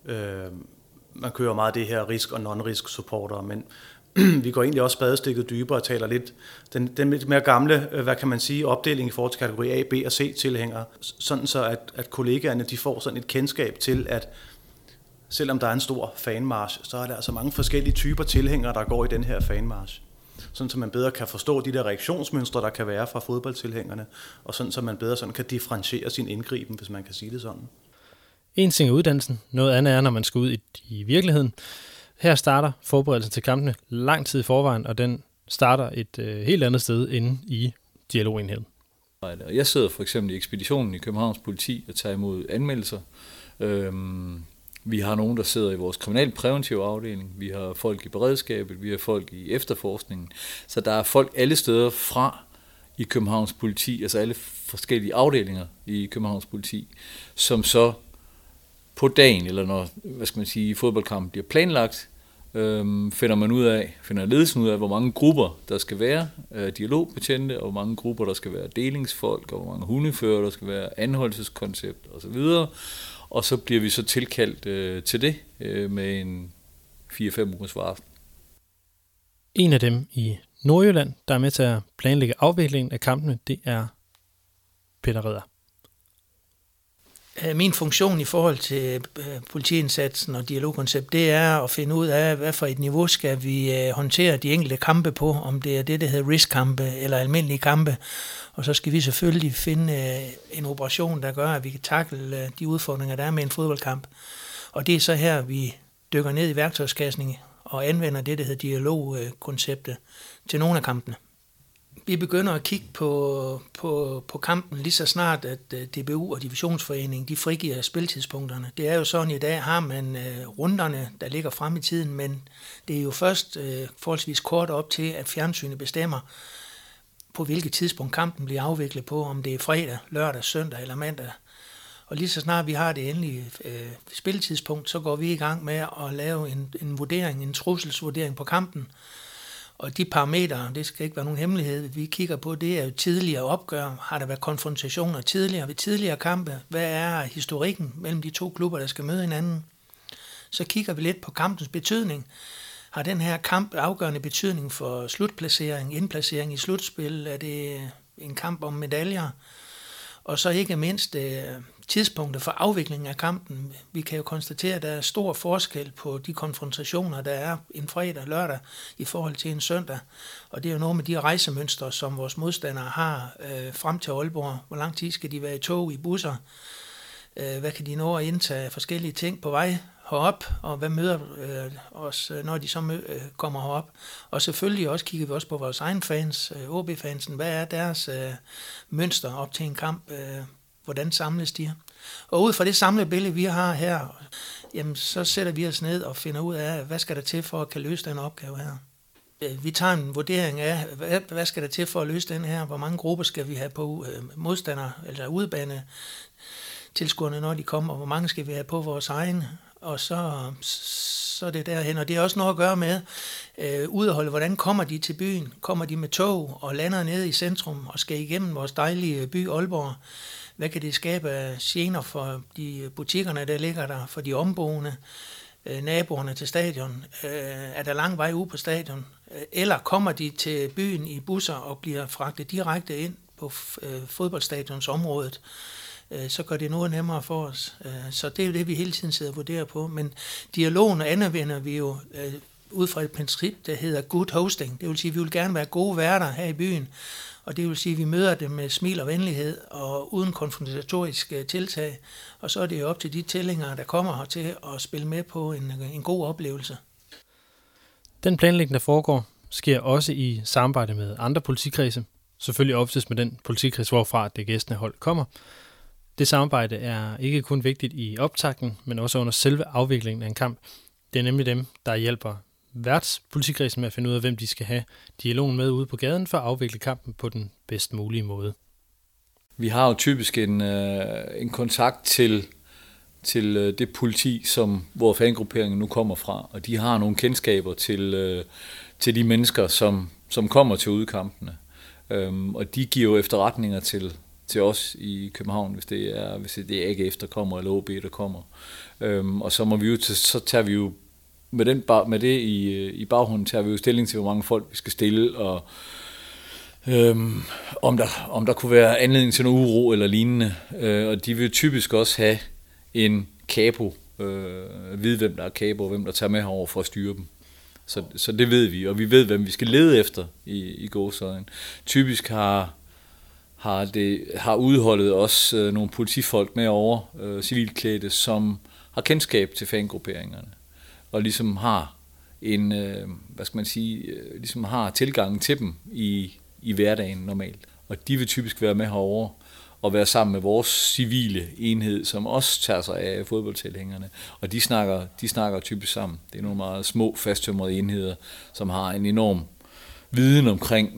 Man kører meget det her risk- og non-risk supportere, men vi går egentlig også spadestikket dybere og taler lidt den lidt mere gamle, opdeling i forhold til kategori A, B og C tilhængere, sådan så at kollegaerne de får sådan et kendskab til, at selvom der er en stor fanmarch, så er der altså mange forskellige typer tilhængere, der går i den her fanmarch. Sådan så man bedre kan forstå de der reaktionsmønstre, der kan være fra fodboldtilhængerne, og sådan så man bedre sådan kan differentiere sin indgriben, hvis man kan sige det sådan. En ting er uddannelsen, noget andet er, når man skal ud i virkeligheden. Her starter forberedelsen til kampene lang tid i forvejen, og den starter et helt andet sted inde i dialogenheden. Jeg sidder for eksempel i ekspeditionen i Københavns politi og tager imod anmeldelser. Vi har nogen, der sidder i vores kriminalpræventive afdeling. Vi har folk i beredskabet, vi har folk i efterforskningen. Så der er folk alle steder fra i Københavns politi, altså alle forskellige afdelinger i Københavns politi, som så på dagen, eller når, fodboldkampen bliver planlagt, finder ledelsen ud af, hvor mange grupper der skal være dialogbetjente, og hvor mange grupper der skal være delingsfolk, og hvor mange hundefører der skal være, anholdelseskoncept osv. Og så bliver vi så tilkaldt til det med en 4-5 ugers varsel. En af dem i Nordjylland, der er med til at planlægge afviklingen af kampene, det er Peter Ridder. Min funktion i forhold til politiindsatsen og dialogkoncept, det er at finde ud af, hvad for et niveau skal vi håndtere de enkelte kampe på, om det er det, der hedder risk-kampe eller almindelige kampe. Og så skal vi selvfølgelig finde en operation, der gør, at vi kan tackle de udfordringer, der er med en fodboldkamp. Og det er så her, vi dykker ned i værktøjskassen og anvender det, der hedder dialogkonceptet til nogle af kampene. Vi begynder at kigge på kampen lige så snart, at DBU og Divisionsforeningen de frigiver spiltidspunkterne. Det er jo sådan, i dag har man runderne, der ligger frem i tiden, men det er jo først forholdsvis kort op til, at fjernsynet bestemmer, på hvilket tidspunkt kampen bliver afviklet på, om det er fredag, lørdag, søndag eller mandag. Og lige så snart vi har det endelige spiltidspunkt, så går vi i gang med at lave en vurdering, en trusselsvurdering på kampen. Og de parametre, det skal ikke være nogen hemmelighed, vi kigger på, det er jo tidligere opgør. Har der været konfrontationer tidligere ved tidligere kampe? Hvad er historikken mellem de to klubber, der skal møde hinanden? Så kigger vi lidt på kampens betydning. Har den her kamp afgørende betydning for slutplacering, indplacering i slutspil? Er det en kamp om medaljer? Og så ikke mindst tidspunktet for afviklingen af kampen. Vi kan jo konstatere, at der er stor forskel på de konfrontationer, der er en fredag og lørdag i forhold til en søndag. Og det er jo noget med de rejsemønstre, som vores modstandere har frem til Aalborg. Hvor lang tid skal de være i tog, i busser? Hvad kan de nå at indtage forskellige ting på vej herop? Og hvad møder os, når de så kommer herop? Og selvfølgelig også kigger vi også på vores egen fans, OB-fansen. Hvad er deres mønster op til en kamp? Hvordan samles de? Og ud fra det samlede billede, vi har her, jamen, så sætter vi os ned og finder ud af, hvad skal der til for at kan løse den opgave her. Vi tager en vurdering af, hvad skal der til for at løse den her? Hvor mange grupper skal vi have på modstandere eller udebane tilskuerne, når de kommer? Hvor mange skal vi have på vores egne? Og så er det derhen. Og det er også noget at gøre med udholde, hvordan kommer de til byen? Kommer de med tog og lander nede i centrum og skal igennem vores dejlige by Aalborg? Hvad kan det skabe af gener for de butikkerne, der ligger der, for de omboende, naboerne til stadion? Er der lang vej ud på stadion? Eller kommer de til byen i busser og bliver fragtet direkte ind på fodboldstadions området? Så gør det noget nemmere for os. Så det er jo det, vi hele tiden sidder og vurderer på. Men dialogen anvender vi jo ud fra et princip, der hedder good hosting. Det vil sige, at vi vil gerne være gode værter her i byen. Og det vil sige, at vi møder dem med smil og venlighed og uden konfrontatorisk tiltag. Og så er det jo op til de tilhængere, der kommer her til at spille med på en god oplevelse. Den planlægning, der foregår, sker også i samarbejde med andre politikredse. Selvfølgelig oftest med den politikreds, hvorfra det gæstende hold kommer. Det samarbejde er ikke kun vigtigt i optakten, men også under selve afviklingen af en kamp. Det er nemlig dem, der hjælper værtspolitikredsen med at finde ud af, hvem de skal have dialogen med ude på gaden for at afvikle kampen på den bedst mulige måde. Vi har jo typisk en kontakt til det politi, hvor fangrupperingen nu kommer fra, og de har nogle kendskaber til de mennesker, som kommer til udkampene. Og de giver jo efterretninger til os i København, hvis det er AGF, der kommer, eller OB, der kommer. Og så tager vi jo med det i baghånden, tager vi jo stilling til, hvor mange folk vi skal stille, og om der kunne være anledning til noget uro eller lignende. Og de vil typisk også have en kapo, vide hvem der er kapo, og hvem der tager med herover for at styre dem. Så det ved vi, og vi ved, hvem vi skal lede efter i gåseøjne. Typisk har udholdet også nogle politifolk med over, civilklædte, som har kendskab til fangrupperingerne, og ligesom har ligesom har tilgangen til dem i hverdagen normalt. Og de vil typisk være med herover og være sammen med vores civile enhed, som også tager sig af fodboldtilhængerne. Og de snakker typisk sammen. Det er nogle meget små, fasttømrede enheder, som har en enorm viden omkring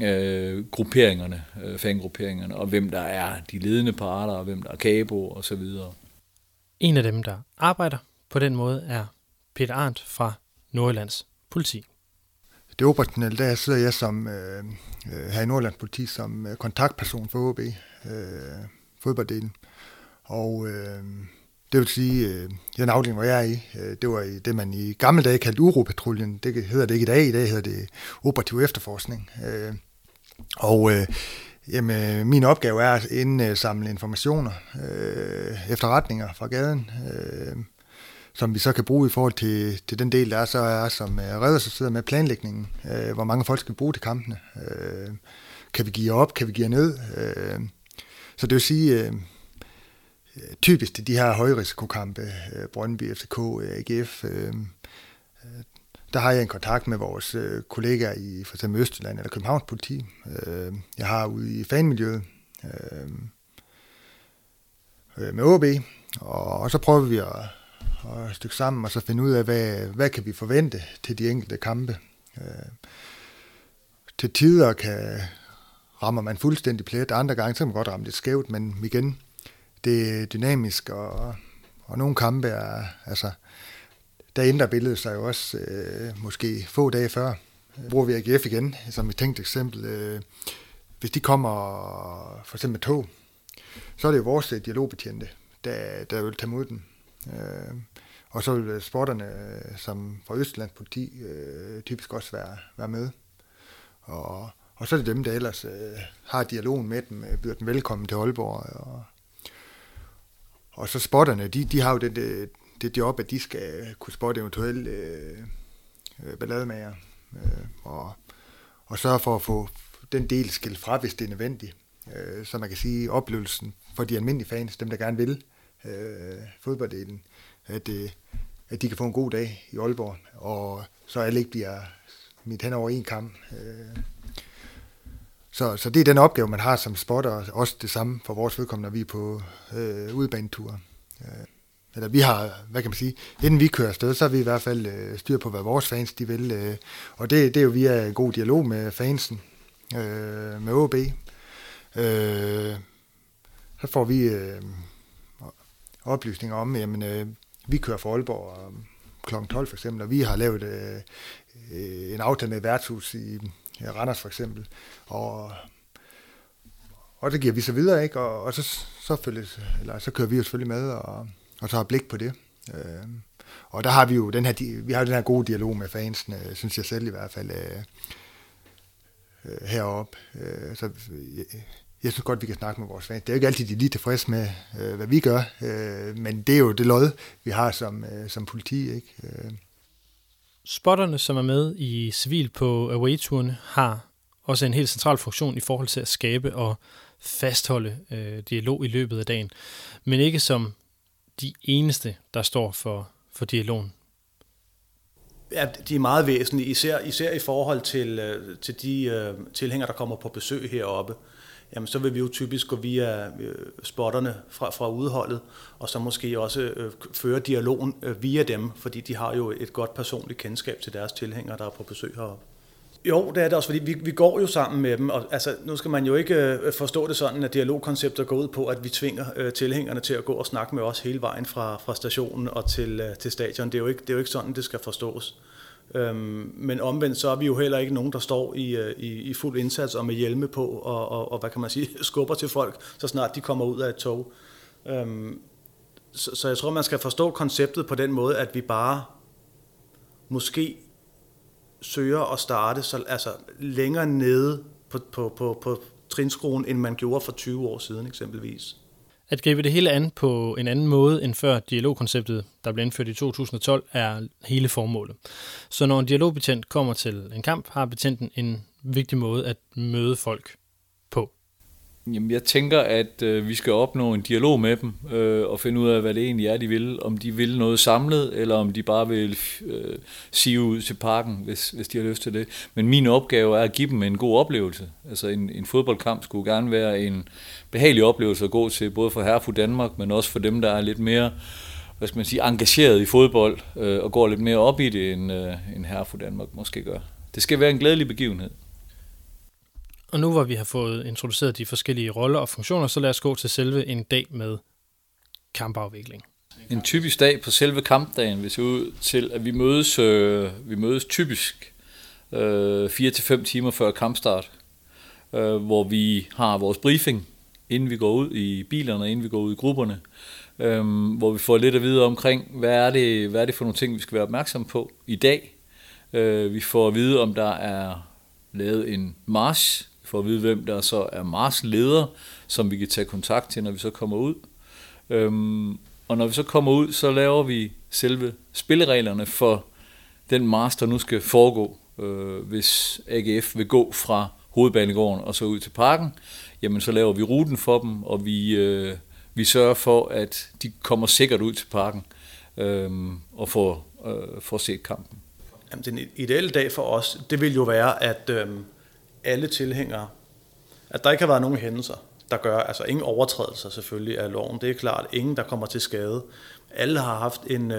fangrupperingerne, og hvem der er de ledende parter, og hvem der er kapo og så videre. En af dem, der arbejder på den måde, er Peter Arndt fra Nordjyllands Politi. Det operationelle, der sidder jeg som her i Nordjyllands Politi som kontaktperson for OB, fodbolddelen. Og det vil sige, den afdeling, hvor jeg er i, det var i det, man i gamle dage kaldte Uropatruljen. Det hedder det ikke i dag. I dag hedder det operativ efterforskning. Jamen, min opgave er at indsamle informationer, efterretninger fra gaden, som vi så kan bruge i forhold til den del, der så er som redder sig sidder med planlægningen, hvor mange folk skal bruge til kampene. Kan vi give op? Kan vi give ned? Så det vil sige, typisk til de her højrisikokampe, Brøndby, FCK, AGF, der har jeg en kontakt med vores kollegaer i for eksempel Østjylland eller Københavns Politi. Jeg har ude i fanmiljøet med OB, og så prøver vi at stykke sammen og så finde ud af, hvad kan vi forvente til de enkelte kampe. Til tider rammer man fuldstændig plet, andre gange så kan man godt ramme lidt skævt, men igen, det er dynamisk, og nogle kampe er, altså, der ændrer billedet sig jo også måske få dage før. Bruger vi AGF igen, som et tænkt eksempel. Hvis de kommer for eksempel med tog, så er det jo vores dialogbetjente, der vil tage mod dem. Og så vil sporterne, som fra Østjyllands Politi, typisk også være med. Og så er det dem, der ellers har dialogen med dem, byder dem velkommen til Aalborg. Og så spotterne, de har jo det job, at de skal kunne spotte eventuelle ballademager, og sørge for at få den del skilt fra, hvis det er nødvendigt. Så man kan sige, oplevelsen for de almindelige fans, dem der gerne vil fodbolddelen, at de kan få en god dag i Aalborg, og så alle ikke bliver smidt hen over en kamp. Så det er den opgave, man har som spotter, også det samme for vores vedkommende, når vi er på udebaneture. Eller vi har, hvad kan man sige, inden vi kører afsted, så har vi i hvert fald styr på, hvad vores fans de vil. Og det er jo via en god dialog med fansen, med OB. Så får vi oplysninger om, jamen, vi kører for Aalborg kl. 12 for eksempel, og vi har lavet en aftale med et værtshus i Randers for eksempel, og det giver vi så videre, ikke? Og så kører vi jo selvfølgelig med, og så har blik på det. Og der har vi jo den her gode dialog med fansene, synes jeg selv i hvert fald, heroppe. Så jeg synes godt, vi kan snakke med vores fans. Det er jo ikke altid, de er lige tilfredse med, hvad vi gør, men det er jo det lod, vi har som politi, ikke? Spotterne, som er med i civil på away-turene, har også en helt central funktion i forhold til at skabe og fastholde dialog i løbet af dagen, men ikke som de eneste, der står for dialogen. Ja, de er meget væsentlige, især i forhold til de tilhængere, der kommer på besøg heroppe. Jamen, så vil vi jo typisk gå via spotterne fra udeholdet, og så måske også føre dialogen via dem, fordi de har jo et godt personligt kendskab til deres tilhængere, der er på besøg heroppe. Jo, det er det også, fordi vi går jo sammen med dem, og altså, nu skal man jo ikke forstå det sådan, at dialogkoncepter går ud på, at vi tvinger tilhængerne til at gå og snakke med os hele vejen fra stationen og til stadion. Det er jo ikke sådan, det skal forstås. Men omvendt så er vi jo heller ikke nogen, der står i fuld indsats og med hjelme på og hvad kan man sige, skubber til folk, så snart de kommer ud af et tog. Så jeg tror, man skal forstå konceptet på den måde, at vi bare måske søger at starte altså længere nede på trinskruen, end man gjorde for 20 år siden eksempelvis. At gribe det hele an på en anden måde end før dialogkonceptet, der blev indført i 2012, er hele formålet. Så når en dialogbetjent kommer til en kamp, har betjenten en vigtig måde at møde folk på. Jamen, jeg tænker, at vi skal opnå en dialog med dem og finde ud af, hvad det egentlig er, de vil. Om de vil noget samlet, eller om de bare vil sige ud til parken, hvis de har lyst til det. Men min opgave er at give dem en god oplevelse. Altså en fodboldkamp skulle gerne være en behagelig oplevelse at gå til, både for Herfu Danmark, men også for dem, der er lidt mere, hvad skal man sige, engageret i fodbold og går lidt mere op i det, end Herfu Danmark måske gør. Det skal være en glædelig begivenhed. Og nu hvor vi har fået introduceret de forskellige roller og funktioner, så lad os gå til selve en dag med kampafvikling. En typisk dag på selve kampdagen vil se ud til, at vi mødes typisk 4-5 timer før kampstart, hvor vi har vores briefing, inden vi går ud i bilerne, inden vi går ud i grupperne, hvor vi får lidt at vide omkring, hvad er det for nogle ting, vi skal være opmærksom på i dag. Vi får at vide, om der er lavet en march. Vi får at vide, hvem der så er marchleder, som vi kan tage kontakt til, når vi så kommer ud. Og når vi så kommer ud, så laver vi selve spillereglerne for den march, der nu skal foregå. Hvis AGF vil gå fra Hovedbanegården og så ud til parken, jamen så laver vi ruten for dem, og vi sørger for, at de kommer sikkert ud til parken og får set kampen. Jamen, den ideelle dag for os, det vil jo være, at alle tilhængere, at der ikke har været nogen hændelser, der gør, altså ingen overtrædelser selvfølgelig af loven, det er klart, ingen der kommer til skade. Alle har haft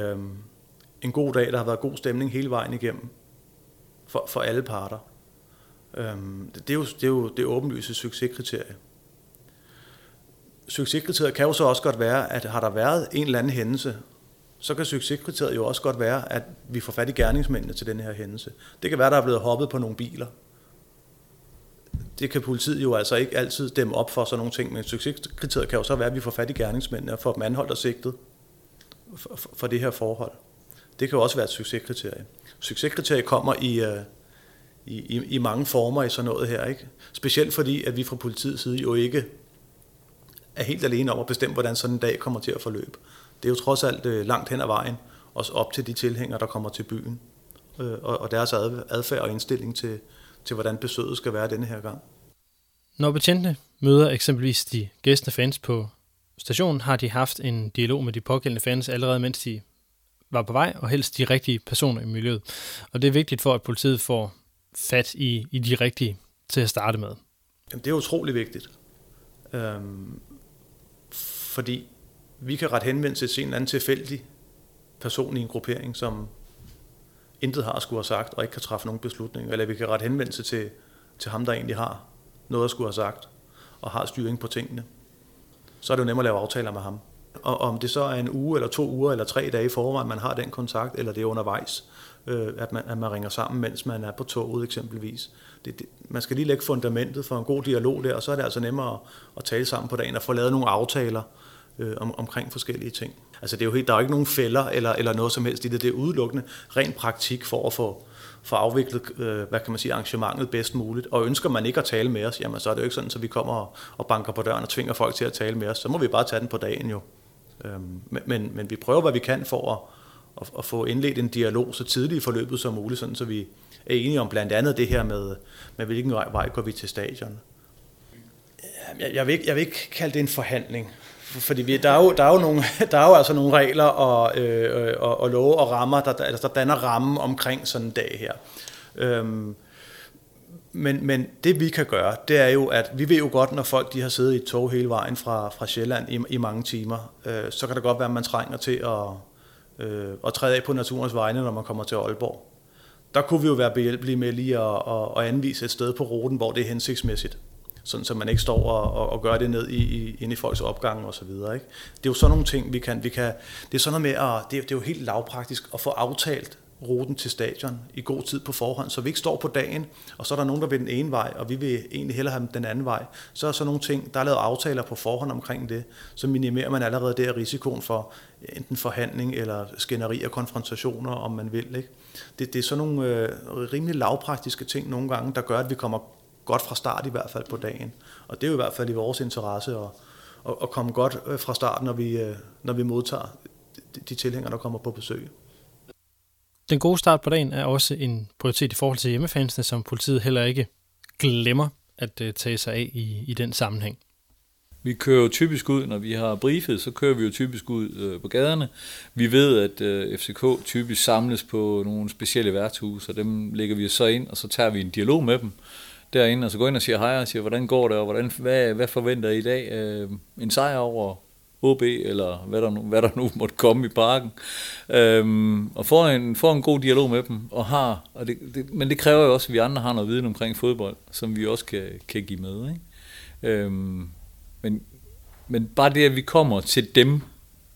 en god dag, der har været god stemning hele vejen igennem for alle parter. Det er jo det åbenlyse succeskriterie. Succeskriteriet kan jo så også godt være, at har der været en eller anden hændelse, så kan succeskriteriet jo også godt være, at vi får fat i gerningsmændene til den her hændelse. Det kan være, der er blevet hoppet på nogle biler. Det kan politiet jo altså ikke altid dæmme op for sådan nogle ting, men succeskriteriet kan jo så være, at vi får fat i gerningsmændene og får dem anholdt og sigtet for det her forhold. Det kan jo også være et succeskriterie. Succeskriterie kommer i mange former i sådan noget her, ikke? Specielt fordi, at vi fra politiets side jo ikke er helt alene om at bestemme, hvordan sådan en dag kommer til at forløbe. Det er jo trods alt langt hen ad vejen, også op til de tilhængere, der kommer til byen, og deres adfærd og indstilling til hvordan besøget skal være denne her gang. Når betjentene møder eksempelvis de gæstende fans på stationen, har de haft en dialog med de pågældende fans allerede, mens de var på vej, og helst de rigtige personer i miljøet. Og det er vigtigt for, at politiet får fat i de rigtige til at starte med. Jamen, det er utrolig vigtigt. Fordi vi kan ret henvendelse til en eller anden tilfældig person i en gruppering, som intet har at skulle have sagt, og ikke kan træffe nogen beslutning. Eller vi kan ret henvendelse til ham, der egentlig har noget at skulle have sagt, og har styring på tingene. Så er det jo nemmere at lave aftaler med ham. Og om det så er en uge, eller 2 uger, eller 3 dage i forvejen, man har den kontakt, eller det er undervejs, at man ringer sammen, mens man er på toget eksempelvis. Man skal lige lægge fundamentet for en god dialog der, og så er det altså nemmere at tale sammen på dagen og få lavet nogle aftaler omkring forskellige ting. Altså det er jo helt, der er jo ikke nogen fælder eller noget som helst i det. Det er udelukkende ren praktik for at få afviklet, hvad kan man sige, arrangementet bedst muligt. Og ønsker man ikke at tale med os, jamen så er det jo ikke sådan, at vi kommer og banker på døren og tvinger folk til at tale med os. Så må vi bare tage den på dagen jo. Men vi prøver, hvad vi kan for at få indledt en dialog så tidligt i forløbet som muligt, sådan så vi er enige om blandt andet det her med hvilken vej går vi til stadion. Jeg vil ikke kalde det en forhandling, fordi der er jo altså nogle regler og love og rammer, der danner rammen omkring sådan en dag her. Men det vi kan gøre, det er jo, at vi ved jo godt, når folk de har siddet i et tog hele vejen fra Sjælland i mange timer, så kan det godt være, at man trænger til at træde af på naturens vegne, når man kommer til Aalborg. Der kunne vi jo være behjælpelige med lige at anvise et sted på ruten, hvor det er hensigtsmæssigt, sådan så man ikke står og gør det ned ind i folks opgange og så videre, ikke? Det er jo sådan nogle ting, vi kan det er sådan noget med det er jo helt lavpraktisk at få aftalt ruten til stadion i god tid på forhånd, så vi ikke står på dagen, og så er der nogen, der vil den ene vej, og vi vil egentlig hellere have den anden vej. Så er sådan nogle ting, der er lavet aftaler på forhånd omkring det, så minimerer man allerede der risikoen for enten forhandling eller skænderi og konfrontationer, om man vil, ikke? Det er sådan nogle rimelig lavpraktiske ting nogle gange, der gør, at vi kommer godt fra start i hvert fald på dagen. Og det er jo i hvert fald i vores interesse at komme godt fra start, når vi modtager de tilhængere, der kommer på besøg. Den gode start på dagen er også en prioritet i forhold til hjemmefansene, som politiet heller ikke glemmer at tage sig af i den sammenhæng. Vi kører jo typisk ud, når vi har briefet, så kører vi jo typisk ud på gaderne. Vi ved, at FCK typisk samles på nogle specielle værtshuse, og dem lægger vi så ind, og så tager vi en dialog med dem derinde, og så går ind og siger hej, og siger, hvordan går det, og hvad forventer I i dag? En sejr over OB, eller hvad der nu måtte komme i parken, og får en god dialog med dem, men det kræver jo også, at vi andre har noget viden omkring fodbold, som vi også kan give med, ikke? Men bare det, at vi kommer til dem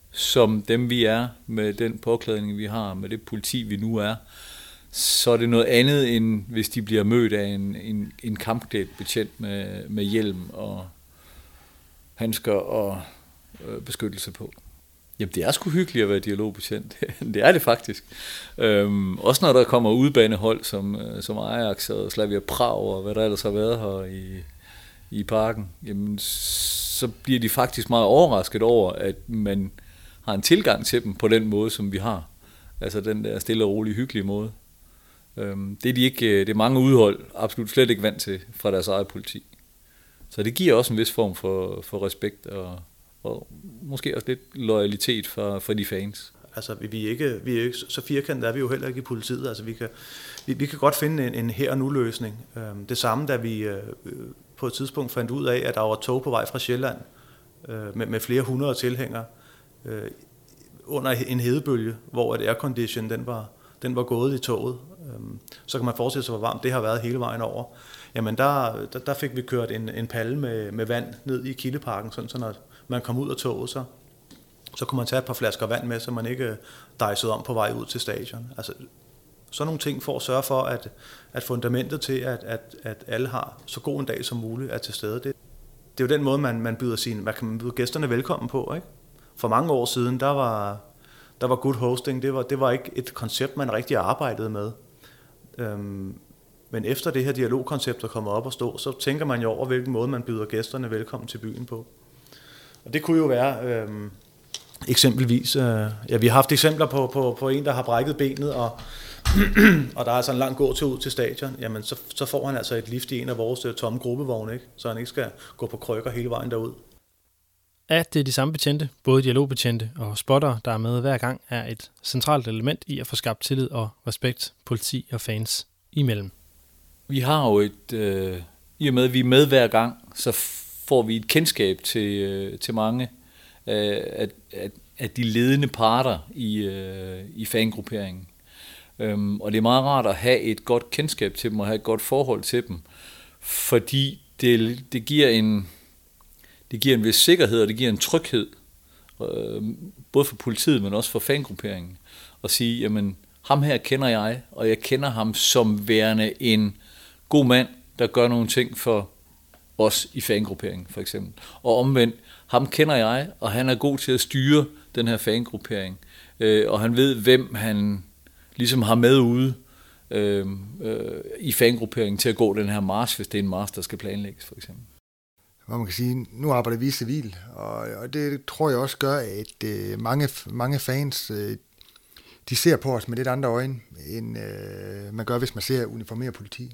som dem vi er, med den påklædning vi har, med det politi vi nu er, så er det noget andet, end hvis de bliver mødt af en kampklædt betjent med hjelm og handsker og beskyttelse på. Jamen, det er sgu hyggeligt at være dialogbetjent. Det er det faktisk. Også når der kommer udbanehold som Ajax og Slavia Prag og hvad der ellers har været her i parken, jamen, så bliver de faktisk meget overrasket over, at man har en tilgang til dem på den måde, som vi har. Altså den der stille og rolige, hyggelige måde. Det er mange udhold absolut slet ikke vant til fra deres eget politi. Så det giver også en vis form for respekt og måske også lidt loyalitet for de fans. Altså, vi er ikke så firkantede er vi jo heller ikke i politiet. Altså, vi kan godt finde en her og nu løsning. Det samme, da vi på et tidspunkt fandt ud af, at der var tog på vej fra Sjælland med flere hundrede tilhængere under en hedebølge, hvor et aircondition den var gået i toget. Så kan man forestille sig, hvor varmt det har været hele vejen over. Jamen, der fik vi kørt en palle med vand ned i Kildeparken, sådan så når man kom ud af toget, så kunne man tage et par flasker vand med, så man ikke dejsede om på vej ud til stadion. Altså, sådan nogle ting for at sørge for, at fundamentet til, at alle har så god en dag som muligt, er til stede. Det er jo den måde, man byder gæsterne velkommen på, ikke? For mange år siden, der var good hosting, det var ikke et koncept, man rigtig arbejdede med. Men efter det her dialogkoncept er kommet op og stå, så tænker man jo over, hvilken måde man byder gæsterne velkommen til byen på. Og det kunne jo være eksempelvis, vi har haft eksempler på en, der har brækket benet, og der er altså en lang gåtur ud til stadion, jamen så får han altså et lift i en af vores tomme gruppevogne, ikke? Så han ikke skal gå på krykker hele vejen derud. At det er de samme betjente, både dialogbetjente og spottere, der er med hver gang, er et centralt element i at få skabt tillid og respekt politi og fans imellem. Vi har jo i og med at vi er med hver gang, så får vi et kendskab til mange af de ledende parter i fangrupperingen. Og det er meget rart at have et godt kendskab til dem og have et godt forhold til dem, fordi det giver en vis sikkerhed, og det giver en tryghed, både for politiet, men også for fangrupperingen, at sige, jamen, ham her kender jeg, og jeg kender ham som værende en god mand, der gør nogle ting for os i fangrupperingen, for eksempel. Og omvendt, ham kender jeg, og han er god til at styre den her fangruppering, og han ved, hvem han ligesom har med ude i fangrupperingen til at gå den her march, hvis det er en march, der skal planlægges, for eksempel. Hvor man kan sige, nu arbejder vi civil, og det tror jeg også gør, at mange fans, de ser på os med lidt andre øjne, end man gør, hvis man ser uniformeret politi.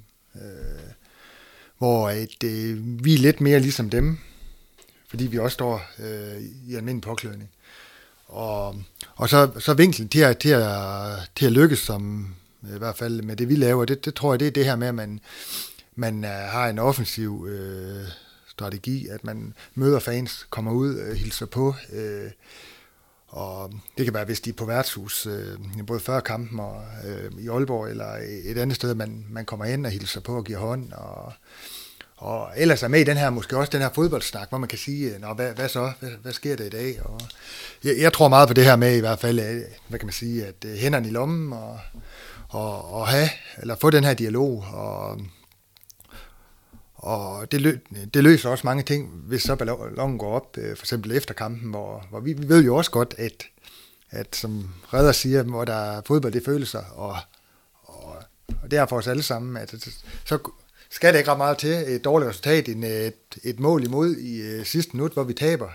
Hvor vi er lidt mere ligesom dem, fordi vi også står i almindelig påklædning. Og så vinklen til at lykkes, som i hvert fald med det, vi laver, det tror jeg, det er det her med, at man har en offensiv strategi, at man møder fans, kommer ud, hilser på, og det kan være, hvis de er på værtshus, både før kampen og i Aalborg, eller et andet sted, man kommer hen og hilser på og giver hånd, og ellers er med i den her, måske også den her fodboldsnak, hvor man kan sige, hvad så? Hvad sker der i dag? Og jeg tror meget på det her med i hvert fald, hvad kan man sige, at hænderne i lommen, og have, eller få den her dialog, og det løser også mange ting, hvis så ballonen går op, for eksempel efter kampen, hvor vi ved jo også godt, at som Redder siger, hvor der er fodbold, det følelser, og det er for os alle sammen, at så skal det ikke ret meget til et dårligt resultat end et mål imod i sidste minut, hvor vi taber.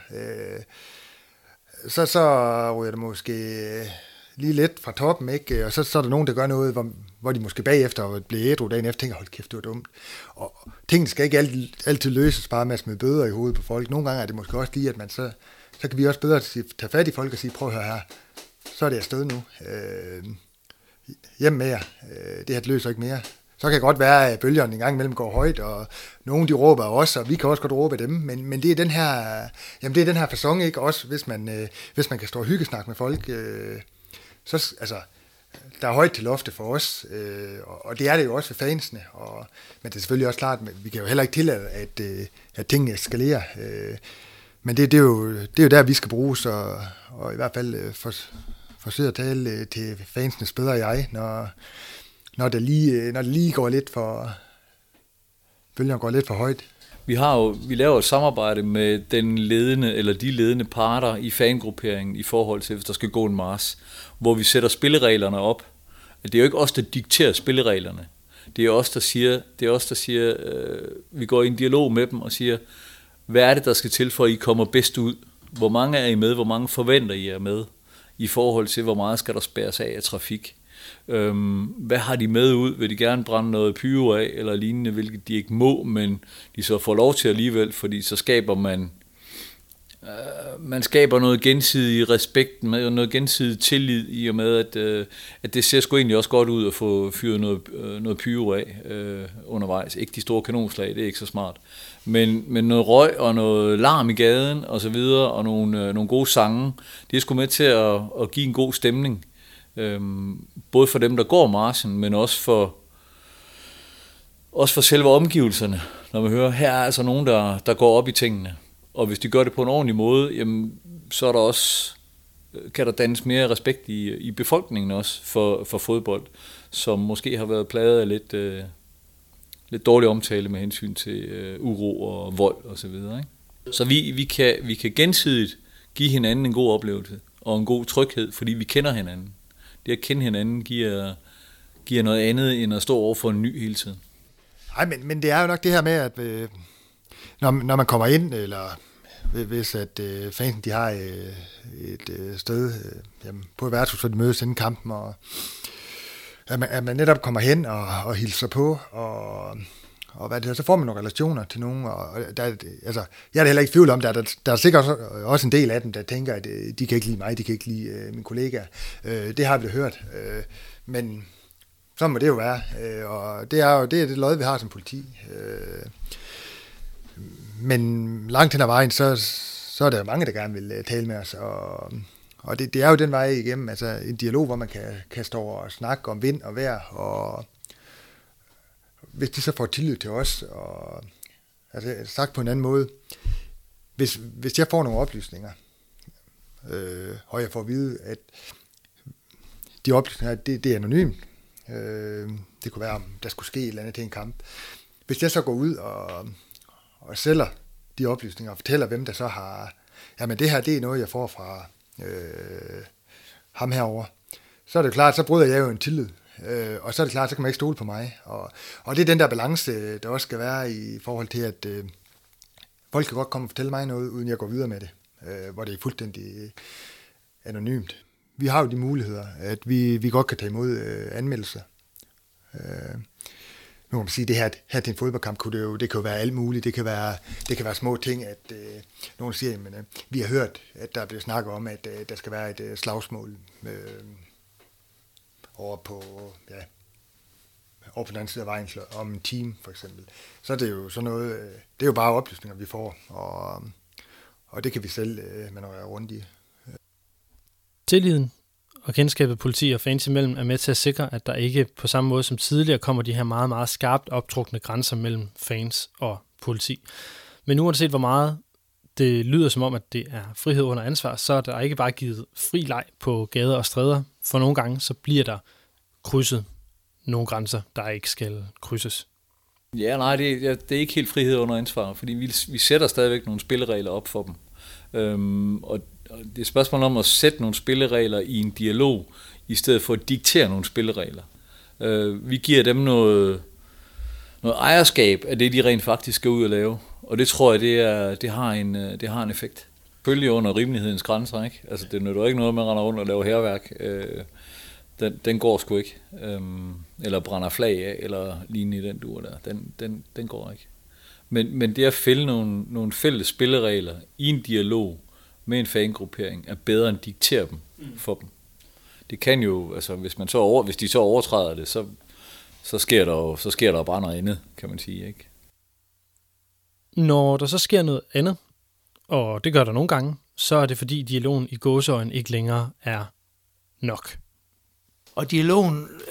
Så ryger det måske lige lidt fra toppen, ikke? Og så er der nogen, der gør noget, hvor de måske bagefter bliver ædru dagen efter, tænker, hold kæft, det var dumt. Og tingene skal ikke altid løses bare med at smide bøder i hovedet på folk. Nogle gange er det måske også lige, at man så kan vi også bedre tage fat i folk og sige, prøv at høre her, så er det afsted nu. Hjem med jer. Det her løser ikke mere. Så kan det godt være, at bølgerne en gang imellem går højt, og nogen de råber også, og vi kan også godt råbe dem, men det er den her facon, ikke? Også hvis man kan stå og hyggesnakke med folk, så altså, der er højt til loftet for os, og det er det jo også for fansene, men det er selvfølgelig også klart, at vi kan jo heller ikke tillade, at tingene eskalerer. Men det er jo der, vi skal bruges, og i hvert fald forsøge at tale til fansenes bedre jeg, når det lige går lidt for, bølgerne går lidt for højt. Vi laver et samarbejde med den ledende eller de ledende parter i fangrupperingen i forhold til, hvis der skal gå en march, hvor vi sætter spillereglerne op. Det er jo ikke os, der dikterer spillereglerne. Det er os, der siger, vi går i en dialog med dem og siger, hvad er det, der skal til, for at I kommer bedst ud? Hvor mange er I med? Hvor mange forventer I er med? I forhold til, hvor meget skal der spærres af trafik? Hvad har de med ud? Vil de gerne brænde noget pyro af, eller lignende, hvilket de ikke må, men de så får lov til alligevel, fordi så skaber man skaber noget gensidig respekt, noget gensidig tillid i og med, at det ser sgu egentlig også godt ud at få fyret noget pyro af undervejs. Ikke de store kanonslag, det er ikke så smart. Men noget røg og noget larm i gaden og så videre, og nogle gode sange, det er sgu med til at give en god stemning. Både for dem, der går marchen, men også for selve omgivelserne. Når man hører, her er altså nogen, der går op i tingene. Og hvis de gør det på en ordentlig måde, jamen, så er der også, kan der dannes mere respekt i befolkningen også for fodbold, som måske har været plaget af lidt dårlig omtale med hensyn til uro og vold og så videre. Ikke? Så vi kan gensidigt give hinanden en god oplevelse og en god tryghed, fordi vi kender hinanden. Det at kende hinanden giver noget andet end at stå over for en ny hele tiden. Nej, men det er jo nok det her med, at når man kommer ind, eller hvis at fansen de har et sted på et værtshus, hvor de mødes inden kampen, og at man netop kommer hen og hilser på, og hvad det er, så får man nogle relationer til nogen, og der, altså, jeg er heller ikke i tvivl om, der er sikkert også en del af dem, der tænker, at de kan ikke lide mig, de kan ikke lide mine kollegaer. Det har vi da hørt, men så må det jo være, og det er det lod, vi har som politi. Men langt hen ad vejen, så er der mange, der gerne vil tale med os, og det er jo den vej igennem, altså en dialog, hvor man kan stå og snakke om vind og vejr, og hvis de så får tillid til os, og altså sagt på en anden måde, hvis jeg får nogle oplysninger, og jeg får at vide, at de oplysninger, det er anonymt, det kunne være, om der skulle ske et eller andet til en kamp. Hvis jeg så går ud og sælger de oplysninger og fortæller, hvem der så har, jamen det her, det er noget, jeg får fra ham herover, så er det klart, så bryder jeg jo en tillid. Og så er det klart, så kan man ikke stole på mig. Og det er den der balance, der også skal være i forhold til, at folk kan godt komme og fortælle mig noget, uden jeg går videre med det, hvor det er fuldstændig anonymt. Vi har jo de muligheder, at vi godt kan tage imod anmeldelser. Nu kan man sige, at det her til en fodboldkamp, det kan jo være alt muligt. Det kan være små ting, at nogen siger, at vi har hørt, at der bliver snakket om, at der skal være et slagsmål over på den anden side af vejen om en team, for eksempel. Så er det jo sådan noget, det er jo bare oplysninger, vi får, og det kan vi selv manøvrere rundt i. Tilliden og kendskabet politi og fans imellem er med til at sikre, at der ikke på samme måde som tidligere kommer de her meget, meget skarpt optrukne grænser mellem fans og politi. Men uanset hvor meget det lyder som om, at det er frihed under ansvar, så er der ikke bare givet fri leg på gader og stræder. For nogle gange så bliver der krydset nogle grænser, der ikke skal krydses. Ja, nej, det er ikke helt frihed under ansvar, fordi vi sætter stadigvæk nogle spilleregler op for dem. Og det er et spørgsmål om at sætte nogle spilleregler i en dialog, i stedet for at diktere nogle spilleregler. Vi giver dem noget ejerskab af det, de rent faktisk skal ud og lave. Og det tror jeg, det har en effekt. Følge under rimelighedens grænser, ikke? Altså, det nytter ikke noget, man render rundt og laver hærværk. Den går sgu ikke. Eller brænder flag af, eller lignende i den dur der. Den går ikke. Men det at fælde nogle fælles spilleregler i en dialog med en fangruppering er bedre end at diktere dem for dem. Det kan jo, altså hvis de så overtræder det, så sker der bare noget andet, kan man sige, ikke? Når der så sker noget andet, og det gør der nogle gange, så er det fordi dialogen i gåseøjne ikke længere er nok. Og dialogen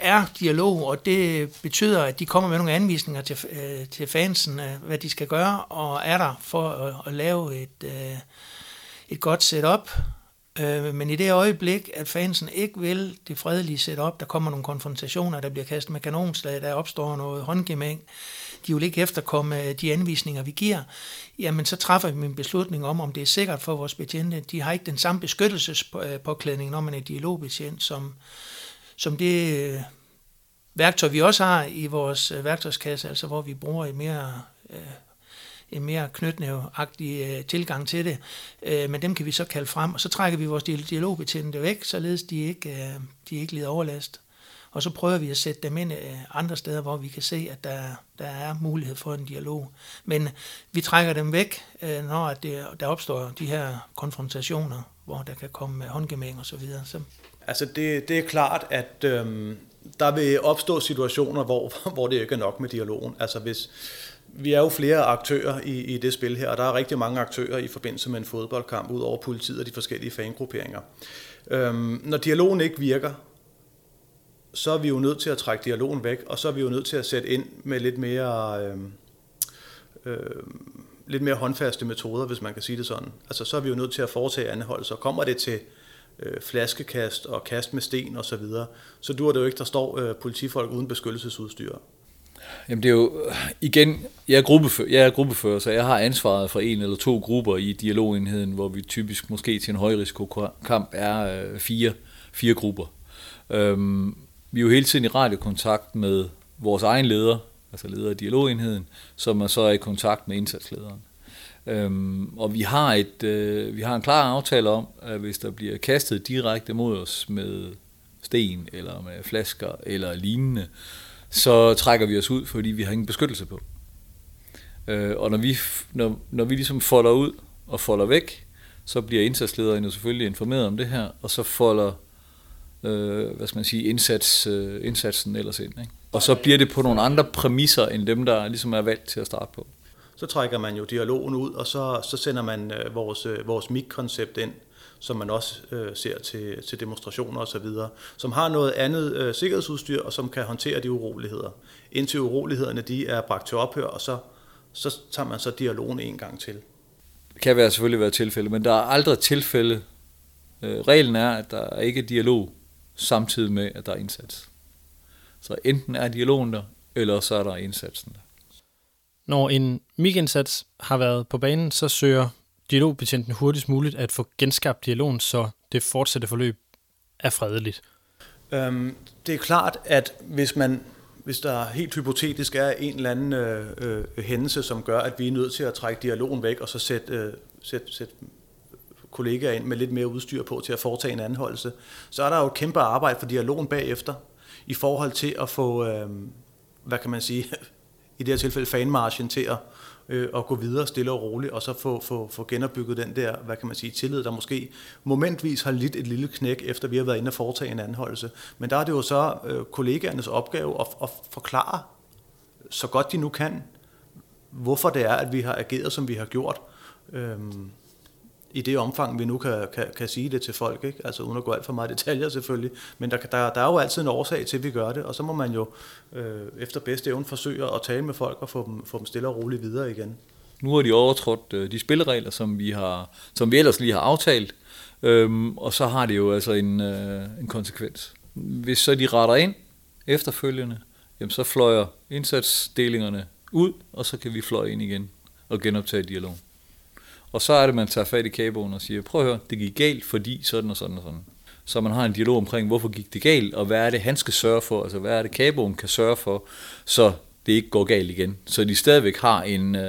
er dialog, og det betyder, at de kommer med nogle anvisninger til fansen, hvad de skal gøre, og er der for at lave et godt setup. Men i det øjeblik, at fansen ikke vil det fredelige setup, der kommer nogle konfrontationer, der bliver kastet med kanonslag, der opstår noget håndgemæng, de vil ikke efterkomme de anvisninger, vi giver, jamen så træffer vi en beslutning om det er sikkert for vores betjente. De har ikke den samme beskyttelsespåklædning, når man er dialogbetjent, som det værktøj, vi også har i vores værktøjskasse, altså hvor vi bruger en mere knytnæveagtig tilgang til det, men dem kan vi så kalde frem, og så trækker vi vores dialogbetjente væk, således de ikke lider overlast. Og så prøver vi at sætte dem ind andre steder, hvor vi kan se, at der er mulighed for en dialog. Men vi trækker dem væk, når der opstår de her konfrontationer, hvor der kan komme håndgemæng og så videre. Altså det er klart, at der vil opstå situationer, hvor det ikke er nok med dialogen. Altså hvis vi er jo flere aktører i det spil her, og der er rigtig mange aktører i forbindelse med en fodboldkamp, ud over politiet og de forskellige fangrupperinger. Når dialogen ikke virker, så er vi jo nødt til at trække dialogen væk, og så er vi jo nødt til at sætte ind med lidt mere håndfaste metoder, hvis man kan sige det sådan. Altså så er vi jo nødt til at foretage anholdelser. Kommer det til flaskekast og kast med sten og så videre, så duer det jo ikke, der står politifolk uden beskyttelsesudstyr. Jamen det er jo, igen, jeg er gruppefører, så jeg har ansvaret for en eller to grupper i dialogenheden, hvor vi typisk måske til en højrisikokamp er fire grupper. Vi er jo hele tiden i radiokontakt med vores egen leder, altså leder af dialogenheden, som man så er i kontakt med indsatslederen. Og vi har en klar aftale om, at hvis der bliver kastet direkte mod os med sten eller med flasker eller lignende, så trækker vi os ud, fordi vi har ingen beskyttelse på. Og når vi ligesom folder ud og folder væk, så bliver indsatslederen jo selvfølgelig informeret om det her, og så folder indsatsen ellers ind. Ikke? Og så bliver det på nogle andre præmisser, end dem, der ligesom er valgt til at starte på. Så trækker man jo dialogen ud, og så sender man vores MIG-koncept ind, som man også ser til demonstrationer og så videre, som har noget andet sikkerhedsudstyr, og som kan håndtere de uroligheder. Indtil urolighederne de er bragt til ophør, og så tager man så dialogen en gang til. Det kan selvfølgelig være tilfælde, men der er aldrig tilfælde. Reglen er, at der ikke er dialog samtidig med, at der er indsats. Så enten er dialogen der, eller så er der indsatsen der. Når en MIG-indsats har været på banen, så søger dialogbetjenten hurtigst muligt at få genskabt dialogen, så det fortsatte forløb er fredeligt. Det er klart, at hvis der helt hypotetisk er en eller anden hændelse, som gør, at vi er nødt til at trække dialogen væk, og så sætte kollegaer ind med lidt mere udstyr på til at foretage en anholdelse, så er der jo et kæmpe arbejde for dialogen bagefter, i forhold til at få, hvad kan man sige, i det her tilfælde fanmarchen til at gå videre stille og roligt, og så få genopbygget den der, hvad kan man sige, tillid, der måske momentvis har lidt et lille knæk, efter vi har været inde og foretage en anholdelse. Men der er det jo så kollegaernes opgave at forklare, så godt de nu kan, hvorfor det er, at vi har ageret, som vi har gjort, i det omfang, vi nu kan sige det til folk, ikke? Altså uden at gå alt for meget detaljer selvfølgelig, men der er jo altid en årsag til, at vi gør det, og så må man jo efter bedste evne forsøge at tale med folk og få dem stille og roligt videre igen. Nu har de overtrådt de spilleregler, som vi ellers lige har aftalt, og så har det jo altså en konsekvens. Hvis så de retter ind efterfølgende, jamen så fløjer indsatsdelingerne ud, og så kan vi fløje ind igen og genoptage dialogen. Og så er det, man tager fat i kaboen og siger, prøv at høre, det gik galt, fordi sådan og sådan og sådan. Så man har en dialog omkring, hvorfor gik det galt, og hvad er det, han skal sørge for, altså hvad er det, kaboen kan sørge for, så det ikke går galt igen. Så de stadigvæk har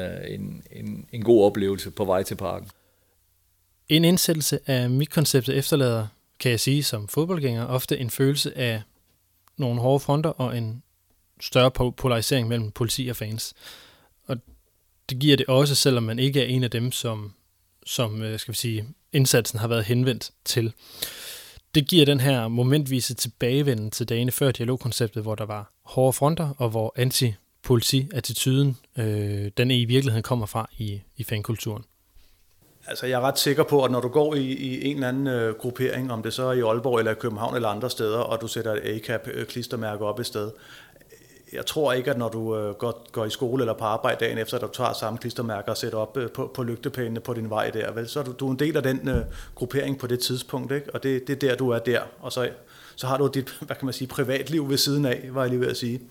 en god oplevelse på vej til parken. En indsættelse af MIG-konceptet efterlader, kan jeg sige som fodboldgænger, ofte en følelse af nogle hårde fronter og en større polarisering mellem politi og fans. Og det giver det også, selvom man ikke er en af dem, som skal vi sige, indsatsen har været henvendt til. Det giver den her momentvise tilbagevenden til dagene før dialogkonceptet, hvor der var hårde fronter, og hvor anti-politi-attituden, den i virkeligheden kommer fra i fankulturen. Altså, jeg er ret sikker på, at når du går i en eller anden gruppering, om det så er i Aalborg eller i København eller andre steder, og du sætter et ACAP-klistermærke op et sted, jeg tror ikke, at når du går i skole eller på arbejde dagen efter, at du tager samme klistermærker og sætter op på lygtepælene på din vej der, vel? Så er du en del af den gruppering på det tidspunkt, ikke? Og det er der, du er der. Og så har du dit, hvad kan man sige, privatliv ved siden af, var jeg lige ved at sige.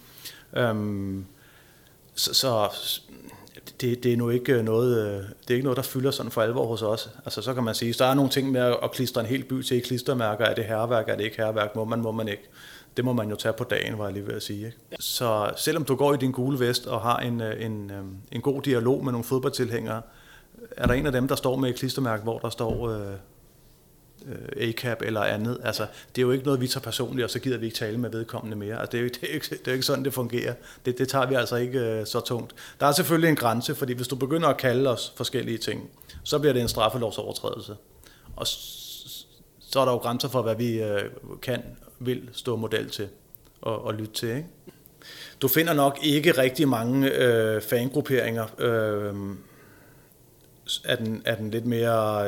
Det er nu ikke noget, det er ikke noget, der fylder sådan for alvor hos os. Altså, så kan man sige, så er nogle ting med at klistre en hel by til i klistermærker. Er det hærværk, er det ikke hærværk? Må man ikke? Det må man jo tage på dagen, var jeg lige ved at sige. Ikke? Så selvom du går i din gule vest og har en god dialog med nogle fodboldtilhængere, er der en af dem, der står med et klistermærke, hvor der står ACAP eller andet. Altså, det er jo ikke noget, vi tager personligt, og så gider vi ikke tale med vedkommende mere. Altså, det er jo ikke sådan, det fungerer. Det tager vi altså ikke så tungt. Der er selvfølgelig en grænse, fordi hvis du begynder at kalde os forskellige ting, så bliver det en straffelovsovertrædelse. Og så er der jo grænser for, hvad vi vil stå model til og lytte til. Ikke? Du finder nok ikke rigtig mange fangrupperinger af den lidt mere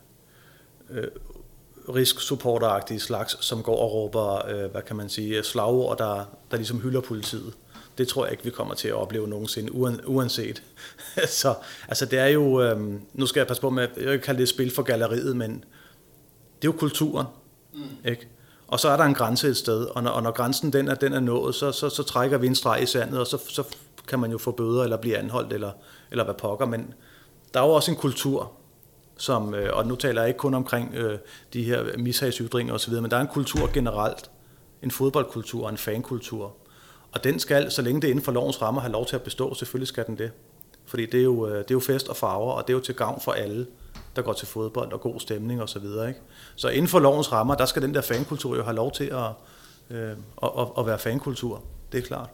risk-supporteragtige slags, som går og råber, hvad kan man sige, slagord, der ligesom hylder politiet. Det tror jeg ikke, vi kommer til at opleve nogensinde, uanset. Så altså det er jo, nu skal jeg passe på med, jeg vil kalde det spil for galleriet, men det er jo kulturen, ikke? Og så er der en grænse et sted, og når grænsen den er nået, så trækker vi en streg i sandet, og så kan man jo få bøder, eller blive anholdt, eller hvad pokker, men der er jo også en kultur, som, og nu taler jeg ikke kun omkring de her mishagsytringer osv., men der er en kultur generelt, en fodboldkultur og en fankultur, og den skal, så længe det er inden for lovens rammer, have lov til at bestå, selvfølgelig skal den det, fordi det er jo fest og farver, og det er jo til gavn for alle, der går til fodbold og god stemning og så videre, ikke? Så inden for lovens rammer, der skal den der fankultur jo have lov til at være fankultur. Det er klart.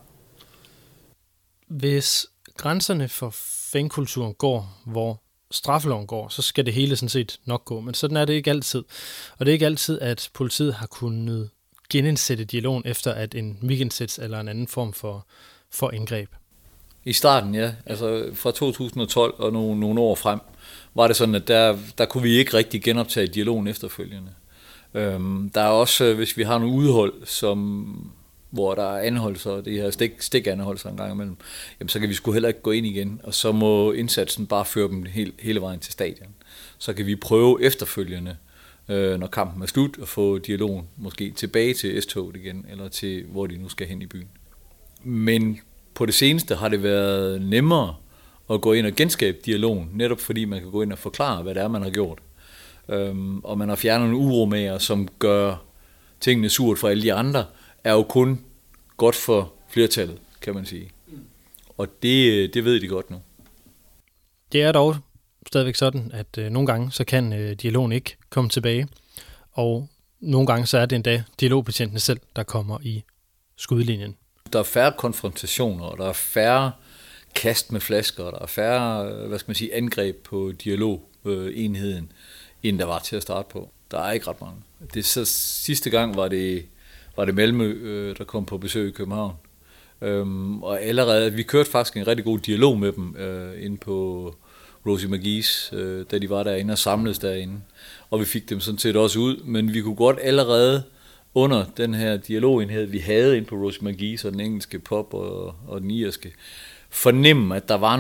Hvis grænserne for fankulturen går, hvor straffeloven går, så skal det hele sådan set nok gå. Men sådan er det ikke altid. Og det er ikke altid, at politiet har kunnet genindsætte dialogen efter, at en weekendsæt eller en anden form for indgreb. I starten, ja. Altså fra 2012 og nogle år frem, var det sådan, at der kunne vi ikke rigtig genoptage dialogen efterfølgende. Der er også, hvis vi har nogle udhold, hvor der er anholdelser, det her stikanholdelser en gang imellem, jamen, så kan vi sgu heller ikke gå ind igen, og så må indsatsen bare føre dem hele vejen til stadion. Så kan vi prøve efterfølgende, når kampen er slut, at få dialogen måske tilbage til S-toget igen, eller til hvor de nu skal hen i byen. Men på det seneste har det været nemmere at gå ind og genskabe dialogen, netop fordi man kan gå ind og forklare, hvad det er, man har gjort. Og man har fjernet nogle uromager, som gør tingene surt for alle de andre, er jo kun godt for flertallet, kan man sige. Og det ved de godt nu. Det er dog stadigvæk sådan, at nogle gange så kan dialogen ikke komme tilbage, og nogle gange så er det endda dialogbetjentene selv, der kommer i skudlinjen. Der er færre konfrontationer, og der er færre kast med flasker, og der er færre, angreb på dialogenheden, end der var til at starte på. Der er ikke ret mange. Det så sidste gang var det Malmø, der kom på besøg i København. Og allerede, vi kørte faktisk en rigtig god dialog med dem inde på Rosie McGee's, da de var derinde og samledes derinde. Og vi fik dem sådan set også ud, men vi kunne godt allerede under den her dialogenhed, vi havde inde på Rosie McGee's og den engelske pop og den irske, fornemme, at der var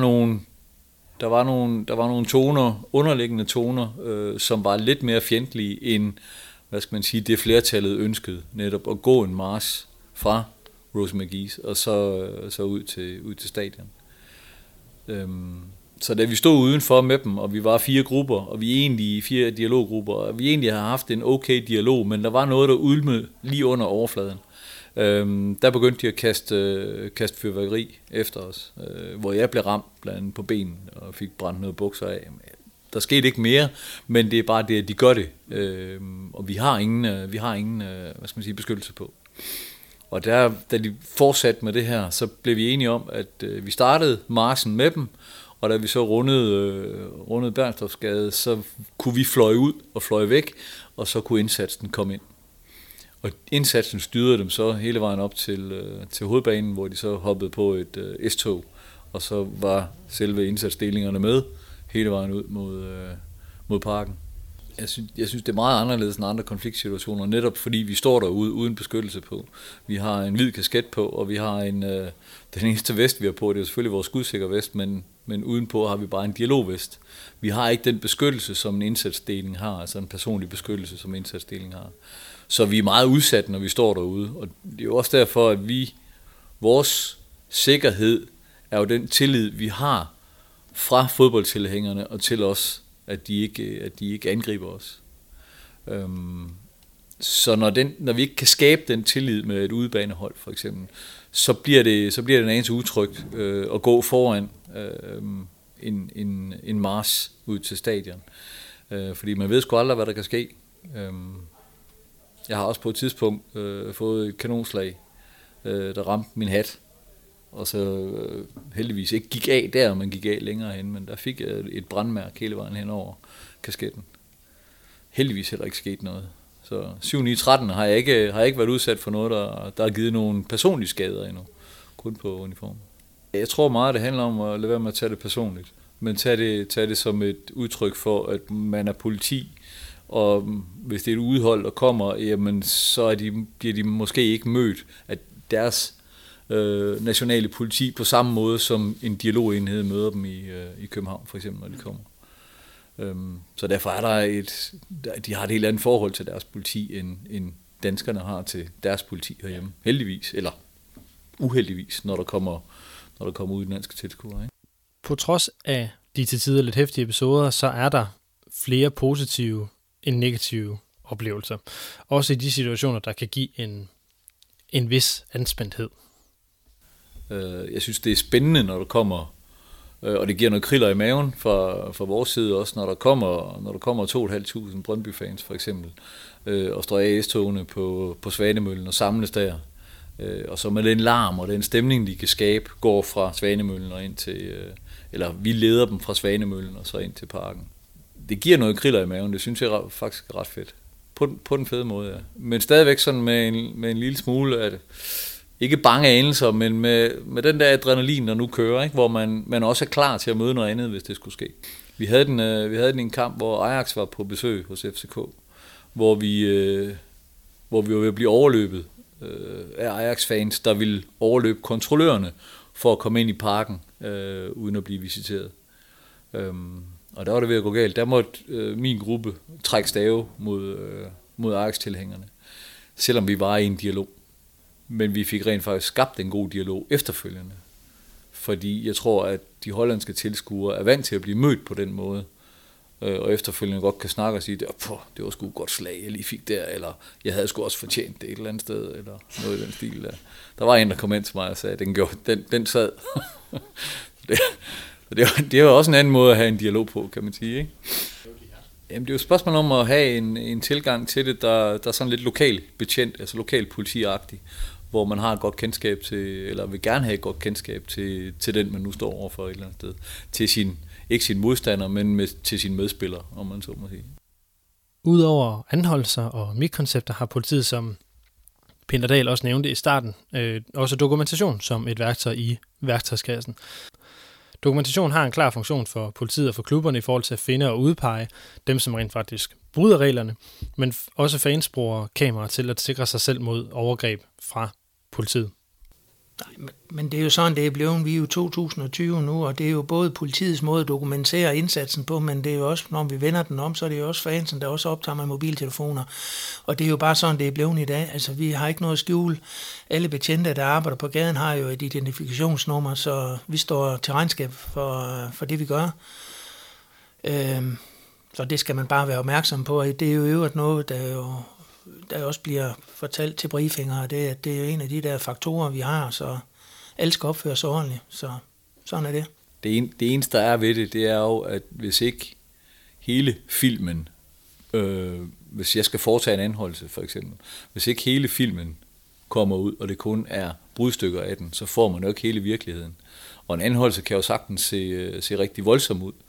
nogle toner, underliggende toner, som var lidt mere fjendtlige end, det flertallet ønskede, netop at gå en march fra Rosie McGee's og så ud til stadion. Så da vi stod udenfor med dem, og vi var 4 grupper, og vi egentlig 4 dialoggrupper, og vi egentlig havde haft en okay dialog, men der var noget, der ulmede lige under overfladen. Der begyndte de at kaste fyrværkeri efter os, hvor jeg blev ramt blandt andet på benen og fik brændt noget bukser af. Der skete ikke mere, men det er bare det, at de gør det, og vi har ingen beskyttelse på. Og da de fortsatte med det her, så blev vi enige om, at vi startede marchen med dem, og da vi så rundede Bernstorffsgade, så kunne vi fløje ud og fløje væk, og så kunne indsatsen komme ind. Og indsatsen styrede dem så hele vejen op til hovedbanen, hvor de så hoppede på et S-tog, og så var selve indsatsdelingerne med hele vejen ud mod parken. Jeg synes, det er meget anderledes end andre konfliktsituationer, netop fordi vi står derude uden beskyttelse på. Vi har en hvid kasket på, og vi har den eneste vest, vi har på, det er selvfølgelig vores skudsikker vest, men udenpå har vi bare en dialogvest. Vi har ikke den beskyttelse, som en indsatsdeling har, altså en personlig beskyttelse, som en indsatsdeling har. Så vi er meget udsat, når vi står derude, og det er jo også derfor, at vores sikkerhed er jo den tillid, vi har fra fodboldtilhængerne og til os, at de ikke angriber os. Så når vi ikke kan skabe den tillid med et udebanehold for eksempel, så bliver det en anelse utrygt at gå foran en march ud til stadion. Fordi man ved sgu aldrig, hvad der kan ske. Jeg har også på et tidspunkt fået et kanonslag, der ramte min hat, og så heldigvis ikke gik af der, men gik af længere hen, men der fik jeg et brandmærke hele vejen hen over kasketten. Heldigvis heller ikke sket noget. Så 7-9-13 har jeg ikke været udsat for noget, der har givet nogle personlige skader endnu, kun på uniformen. Jeg tror meget, det handler om at lade være med at tage det personligt, men tage det som et udtryk for, at man er politi, og hvis det er et udhold, der kommer, jamen, så bliver de måske ikke mødt af deres nationale politi på samme måde, som en dialogenhed møder dem i København, for eksempel, når de kommer. Så derfor er de har et helt andet forhold til deres politi, end danskerne har til deres politi herhjemme. Heldigvis, eller uheldigvis, når der kommer udenlandske tilskuere. Ikke? På trods af de til tider lidt heftige episoder, så er der flere positive end negative oplevelser. Også i de situationer, der kan give en vis anspændthed. Jeg synes, det er spændende, når der kommer, og det giver noget kriller i maven fra vores side også, når der kommer 2.500 Brøndby-fans for eksempel, og står AS-togene på Svanemøllen og samles der. Og så med den larm og den stemning, de kan skabe, går fra Svanemøllen og ind til, eller vi leder dem fra Svanemøllen og så ind til parken. Det giver noget kriller i maven, det synes jeg faktisk er ret fedt. På den fede måde, ja. Men stadigvæk sådan med en lille smule af det. Ikke bange anelser, men med den der adrenalin, der nu kører, ikke? Hvor man også er klar til at møde noget andet, hvis det skulle ske. Vi havde den i en kamp, hvor Ajax var på besøg hos FCK, hvor vi var ved at blive overløbet af Ajax-fans, der ville overløbe kontrollørerne for at komme ind i parken, uden at blive visiteret. Og der var det ved at gå galt. Der måtte min gruppe trække stave mod Ajax-tilhængerne, selvom vi var i en dialog. Men vi fik rent faktisk skabt en god dialog efterfølgende. Fordi jeg tror, at de hollandske tilskuere er vant til at blive mødt på den måde, og efterfølgende godt kan snakke og sige, det var sgu et godt slag, jeg lige fik der, eller jeg havde sgu også fortjent det et eller andet sted, eller noget i den stil der. Der var en, der kom ind til mig og sagde, den sad. Det var også en anden måde at have en dialog på, kan man sige, ikke? Jamen, det er jo et spørgsmål om at have en tilgang til det, der er sådan lidt lokal betjent, altså lokal politiagtig, hvor man har et godt kendskab til, eller vil gerne have et godt kendskab til den, man nu står overfor et eller andet sted. Til ikke sin modstander, men til sine medspillere, om man så må sige. Udover anholdelser og mikkoncepter har politiet, som Peter Dahl også nævnte i starten, også dokumentation som et værktøj i værktøjskassen. Dokumentation har en klar funktion for politiet og for klubberne i forhold til at finde og udpege dem, som rent faktisk bryder reglerne, men også fans bruger kameraer til at sikre sig selv mod overgreb fra politiet. Nej, men det er jo sådan, det er blevet. Vi er jo 2020 nu, og det er jo både politiets måde at dokumentere indsatsen på, men det er jo også, når vi vender den om, så er det jo også fansen, der også optager med mobiltelefoner. Og det er jo bare sådan, det er blevet i dag. Altså, vi har ikke noget at skjule. Alle betjente, der arbejder på gaden, har jo et identifikationsnummer, så vi står til regnskab for det, vi gør. Så det skal man bare være opmærksom på. Det er jo øvrigt noget, der også bliver fortalt til briefinger, og det er jo en af de der faktorer, vi har, så alle skal opføre sig ordentligt, så sådan er det. Det eneste, der er ved det, det er jo, at hvis ikke hele filmen, hvis jeg skal foretage en anholdelse for eksempel, hvis ikke hele filmen kommer ud, og det kun er brudstykker af den, så får man jo ikke hele virkeligheden. Og en anholdelse kan jo sagtens se rigtig voldsom ud,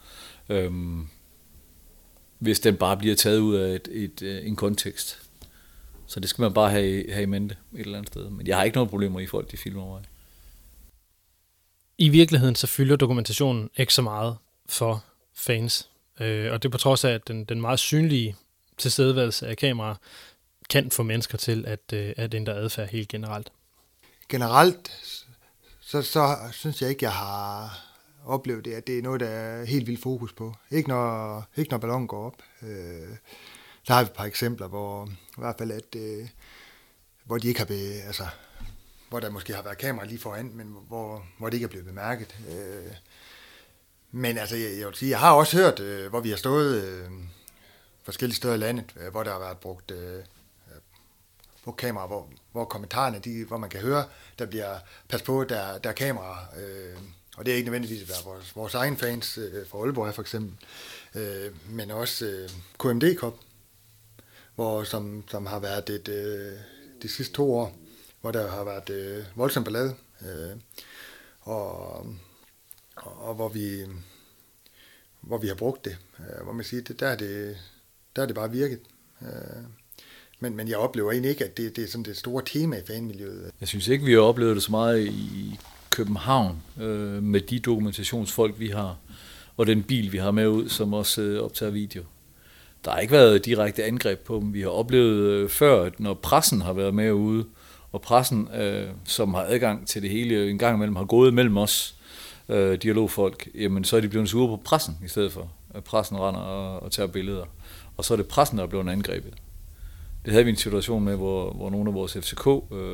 hvis den bare bliver taget ud af en kontekst. Så det skal man bare have i mente et eller andet sted. Men jeg har ikke nogen problemer i forhold til filmer over. I virkeligheden så fylder dokumentationen ikke så meget for fans. Og det på trods af, at den meget synlige tilstedeværelse af kameraer kan få mennesker til at ændre adfærd helt generelt. Generelt, så synes jeg ikke, jeg har oplevet det, at det er noget, der er helt vildt fokus på. Ikke når ballonen går op. Så har vi et par eksempler, hvor i hvert fald, hvor de ikke har hvor der måske har været kamera lige foran, men hvor det ikke er blevet bemærket. Men altså, jeg vil sige, jeg har også hørt, hvor vi har stået forskellige steder i landet, hvor der har været brugt på kamera, hvor kommentarerne, hvor man kan høre, der bliver pas på, der er kameraer, og det er ikke nødvendigvis at være vores egen fans fra Aalborg for eksempel, men også KMD Cup, som har været de sidste 2 år, hvor der har været voldsom ballade, og hvor vi har brugt det, hvor man siger, der er det bare virket. Men jeg oplever egentlig ikke, at det er sådan det store tema i fanmiljøet. Jeg synes ikke, vi har oplevet det så meget i København med de dokumentationsfolk, vi har, og den bil, vi har med ud, som også optager video. Der har ikke været direkte angreb på dem. Vi har oplevet før, at når pressen har været med ude, og pressen, som har adgang til det hele, en gang imellem har gået mellem os, dialogfolk, jamen så er de blevet sure på pressen i stedet for. At pressen render og tager billeder. Og så er det pressen, der er blevet angrebet. Det havde vi en situation med, hvor nogle af vores FCK,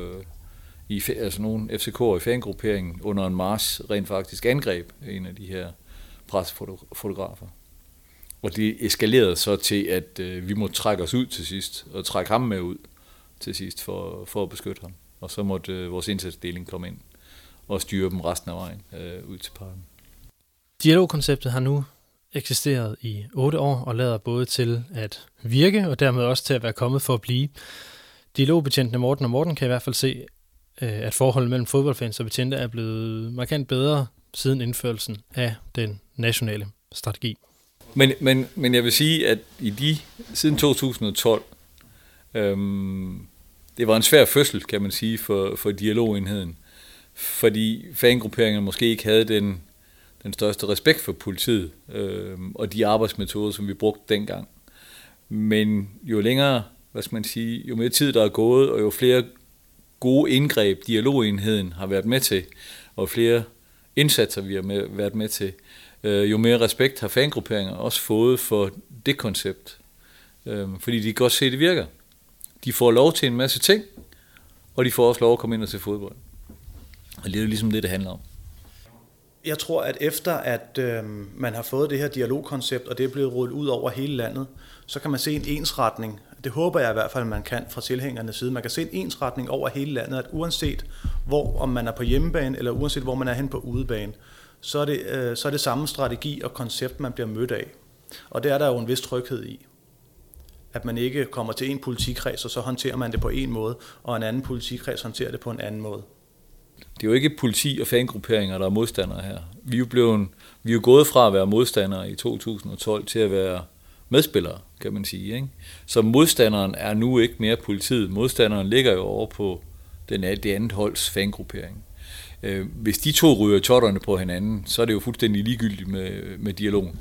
altså nogle FCK'er i fangrupperingen under en march rent faktisk angreb en af de her pressefotografer. Og det eskalerede så til, at vi måtte trække os ud til sidst, og trække ham med ud til sidst for at beskytte ham. Og så måtte vores indsatsdeling komme ind og styre dem resten af vejen ud til parken. Dialogkonceptet har nu eksisteret i 8 år og lader både til at virke og dermed også til at være kommet for at blive. Dialogbetjentene Morten og Morten kan i hvert fald se, at forholdet mellem fodboldfans og betjente er blevet markant bedre siden indførelsen af den nationale strategi. Men jeg vil sige, at siden 2012, det var en svær fødsel, kan man sige, for dialogenheden, fordi fangrupperingerne måske ikke havde den største respekt for politiet og de arbejdsmetoder, som vi brugte dengang. Men jo længere, jo mere tid der er gået, og jo flere gode indgreb dialogenheden har været med til, og flere indsatser vi har været med til, jo mere respekt har fangrupperinger også fået for det koncept. Fordi de kan godt se, at det virker. De får lov til en masse ting, og de får også lov at komme ind og se fodbold. Og det er jo ligesom det handler om. Jeg tror, at efter at man har fået det her dialogkoncept, og det er blevet rullet ud over hele landet, så kan man se en ensretning. Det håber jeg i hvert fald, man kan fra tilhængernes side. Man kan se en ensretning over hele landet, at uanset om man er på hjemmebane, eller uanset hvor man er hen på udebane, så er det samme strategi og koncept, man bliver mødt af. Og det er der jo en vis tryghed i. At man ikke kommer til en politikreds, og så håndterer man det på en måde, og en anden politikreds håndterer det på en anden måde. Det er jo ikke politi- og fangrupperinger, der er modstandere her. Vi er jo gået fra at være modstandere i 2012 til at være medspillere, kan man sige. Ikke? Så modstanderen er nu ikke mere politiet. Modstanderen ligger jo over på det andet holds fangruppering. Hvis de to ryger totterne på hinanden, så er det jo fuldstændig ligegyldigt med dialogen.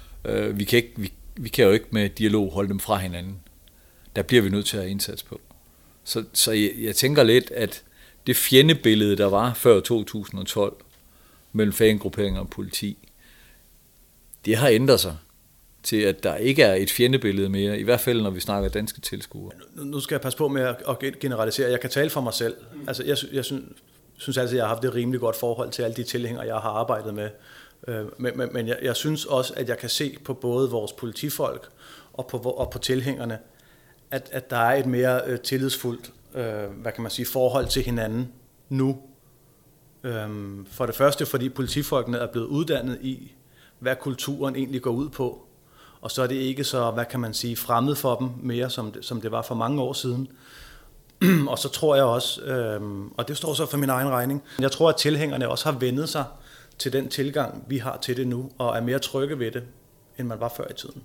Vi kan jo ikke med dialog holde dem fra hinanden. Der bliver vi nødt til at have indsats på. Så jeg tænker lidt, at det fjendebillede, der var før 2012 mellem fangrupperinger og politi, det har ændret sig til, at der ikke er et fjendebillede mere, i hvert fald når vi snakker danske tilskuere. Nu skal jeg passe på med at generalisere. Jeg kan tale for mig selv. Altså, jeg synes altid, jeg har haft et rimelig godt forhold til alle de tilhængere, jeg har arbejdet med. Men jeg synes også, at jeg kan se på både vores politifolk og på tilhængerne, at der er et mere tillidsfuldt forhold til hinanden nu. For det første, fordi politifolkene er blevet uddannet i, hvad kulturen egentlig går ud på. Og så er det ikke så, fremmed for dem mere, som det var for mange år siden. Og så tror jeg også, og det står så for min egen regning, jeg tror, at tilhængerne også har vendet sig til den tilgang, vi har til det nu, og er mere trygge ved det, end man var før i tiden.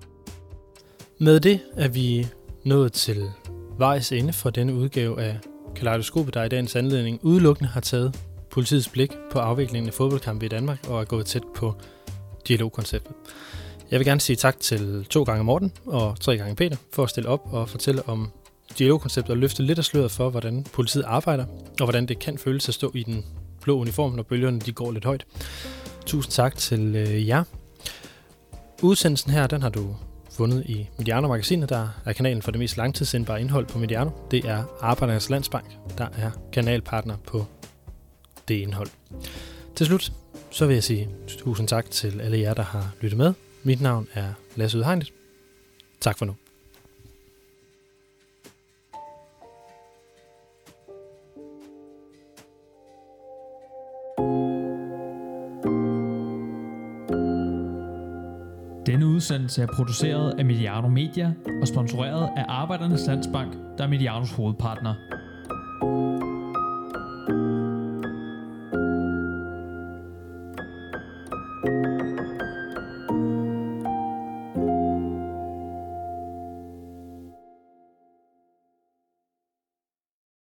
Med det er vi nået til vejs ende for denne udgave af Kaleidoskopet, der i dagens anledning udelukkende har taget politiets blik på afviklingen af fodboldkampe i Danmark og er gået tæt på dialogkonceptet. Jeg vil gerne sige tak til 2 gange Morten og 3 gange Peter for at stille op og fortælle om dialogkonceptet og løfte lidt af sløret for, hvordan politiet arbejder, og hvordan det kan føles at stå i den blå uniform, når bølgerne de går lidt højt. Tusind tak til jer. Udsendelsen her, den har du fundet i Mediano-magasinet, der er kanalen for det mest langtidssendbare indhold på Mediano. Det er Arbejdernes Landsbank, der er kanalpartner på det indhold. Til slut, så vil jeg sige tusind tak til alle jer, der har lyttet med. Mit navn er Lasse Udhegnet. Tak for nu. Denne udsendelse er produceret af Mediano Media og sponsoreret af Arbejdernes Landsbank, der er Medianos hovedpartner.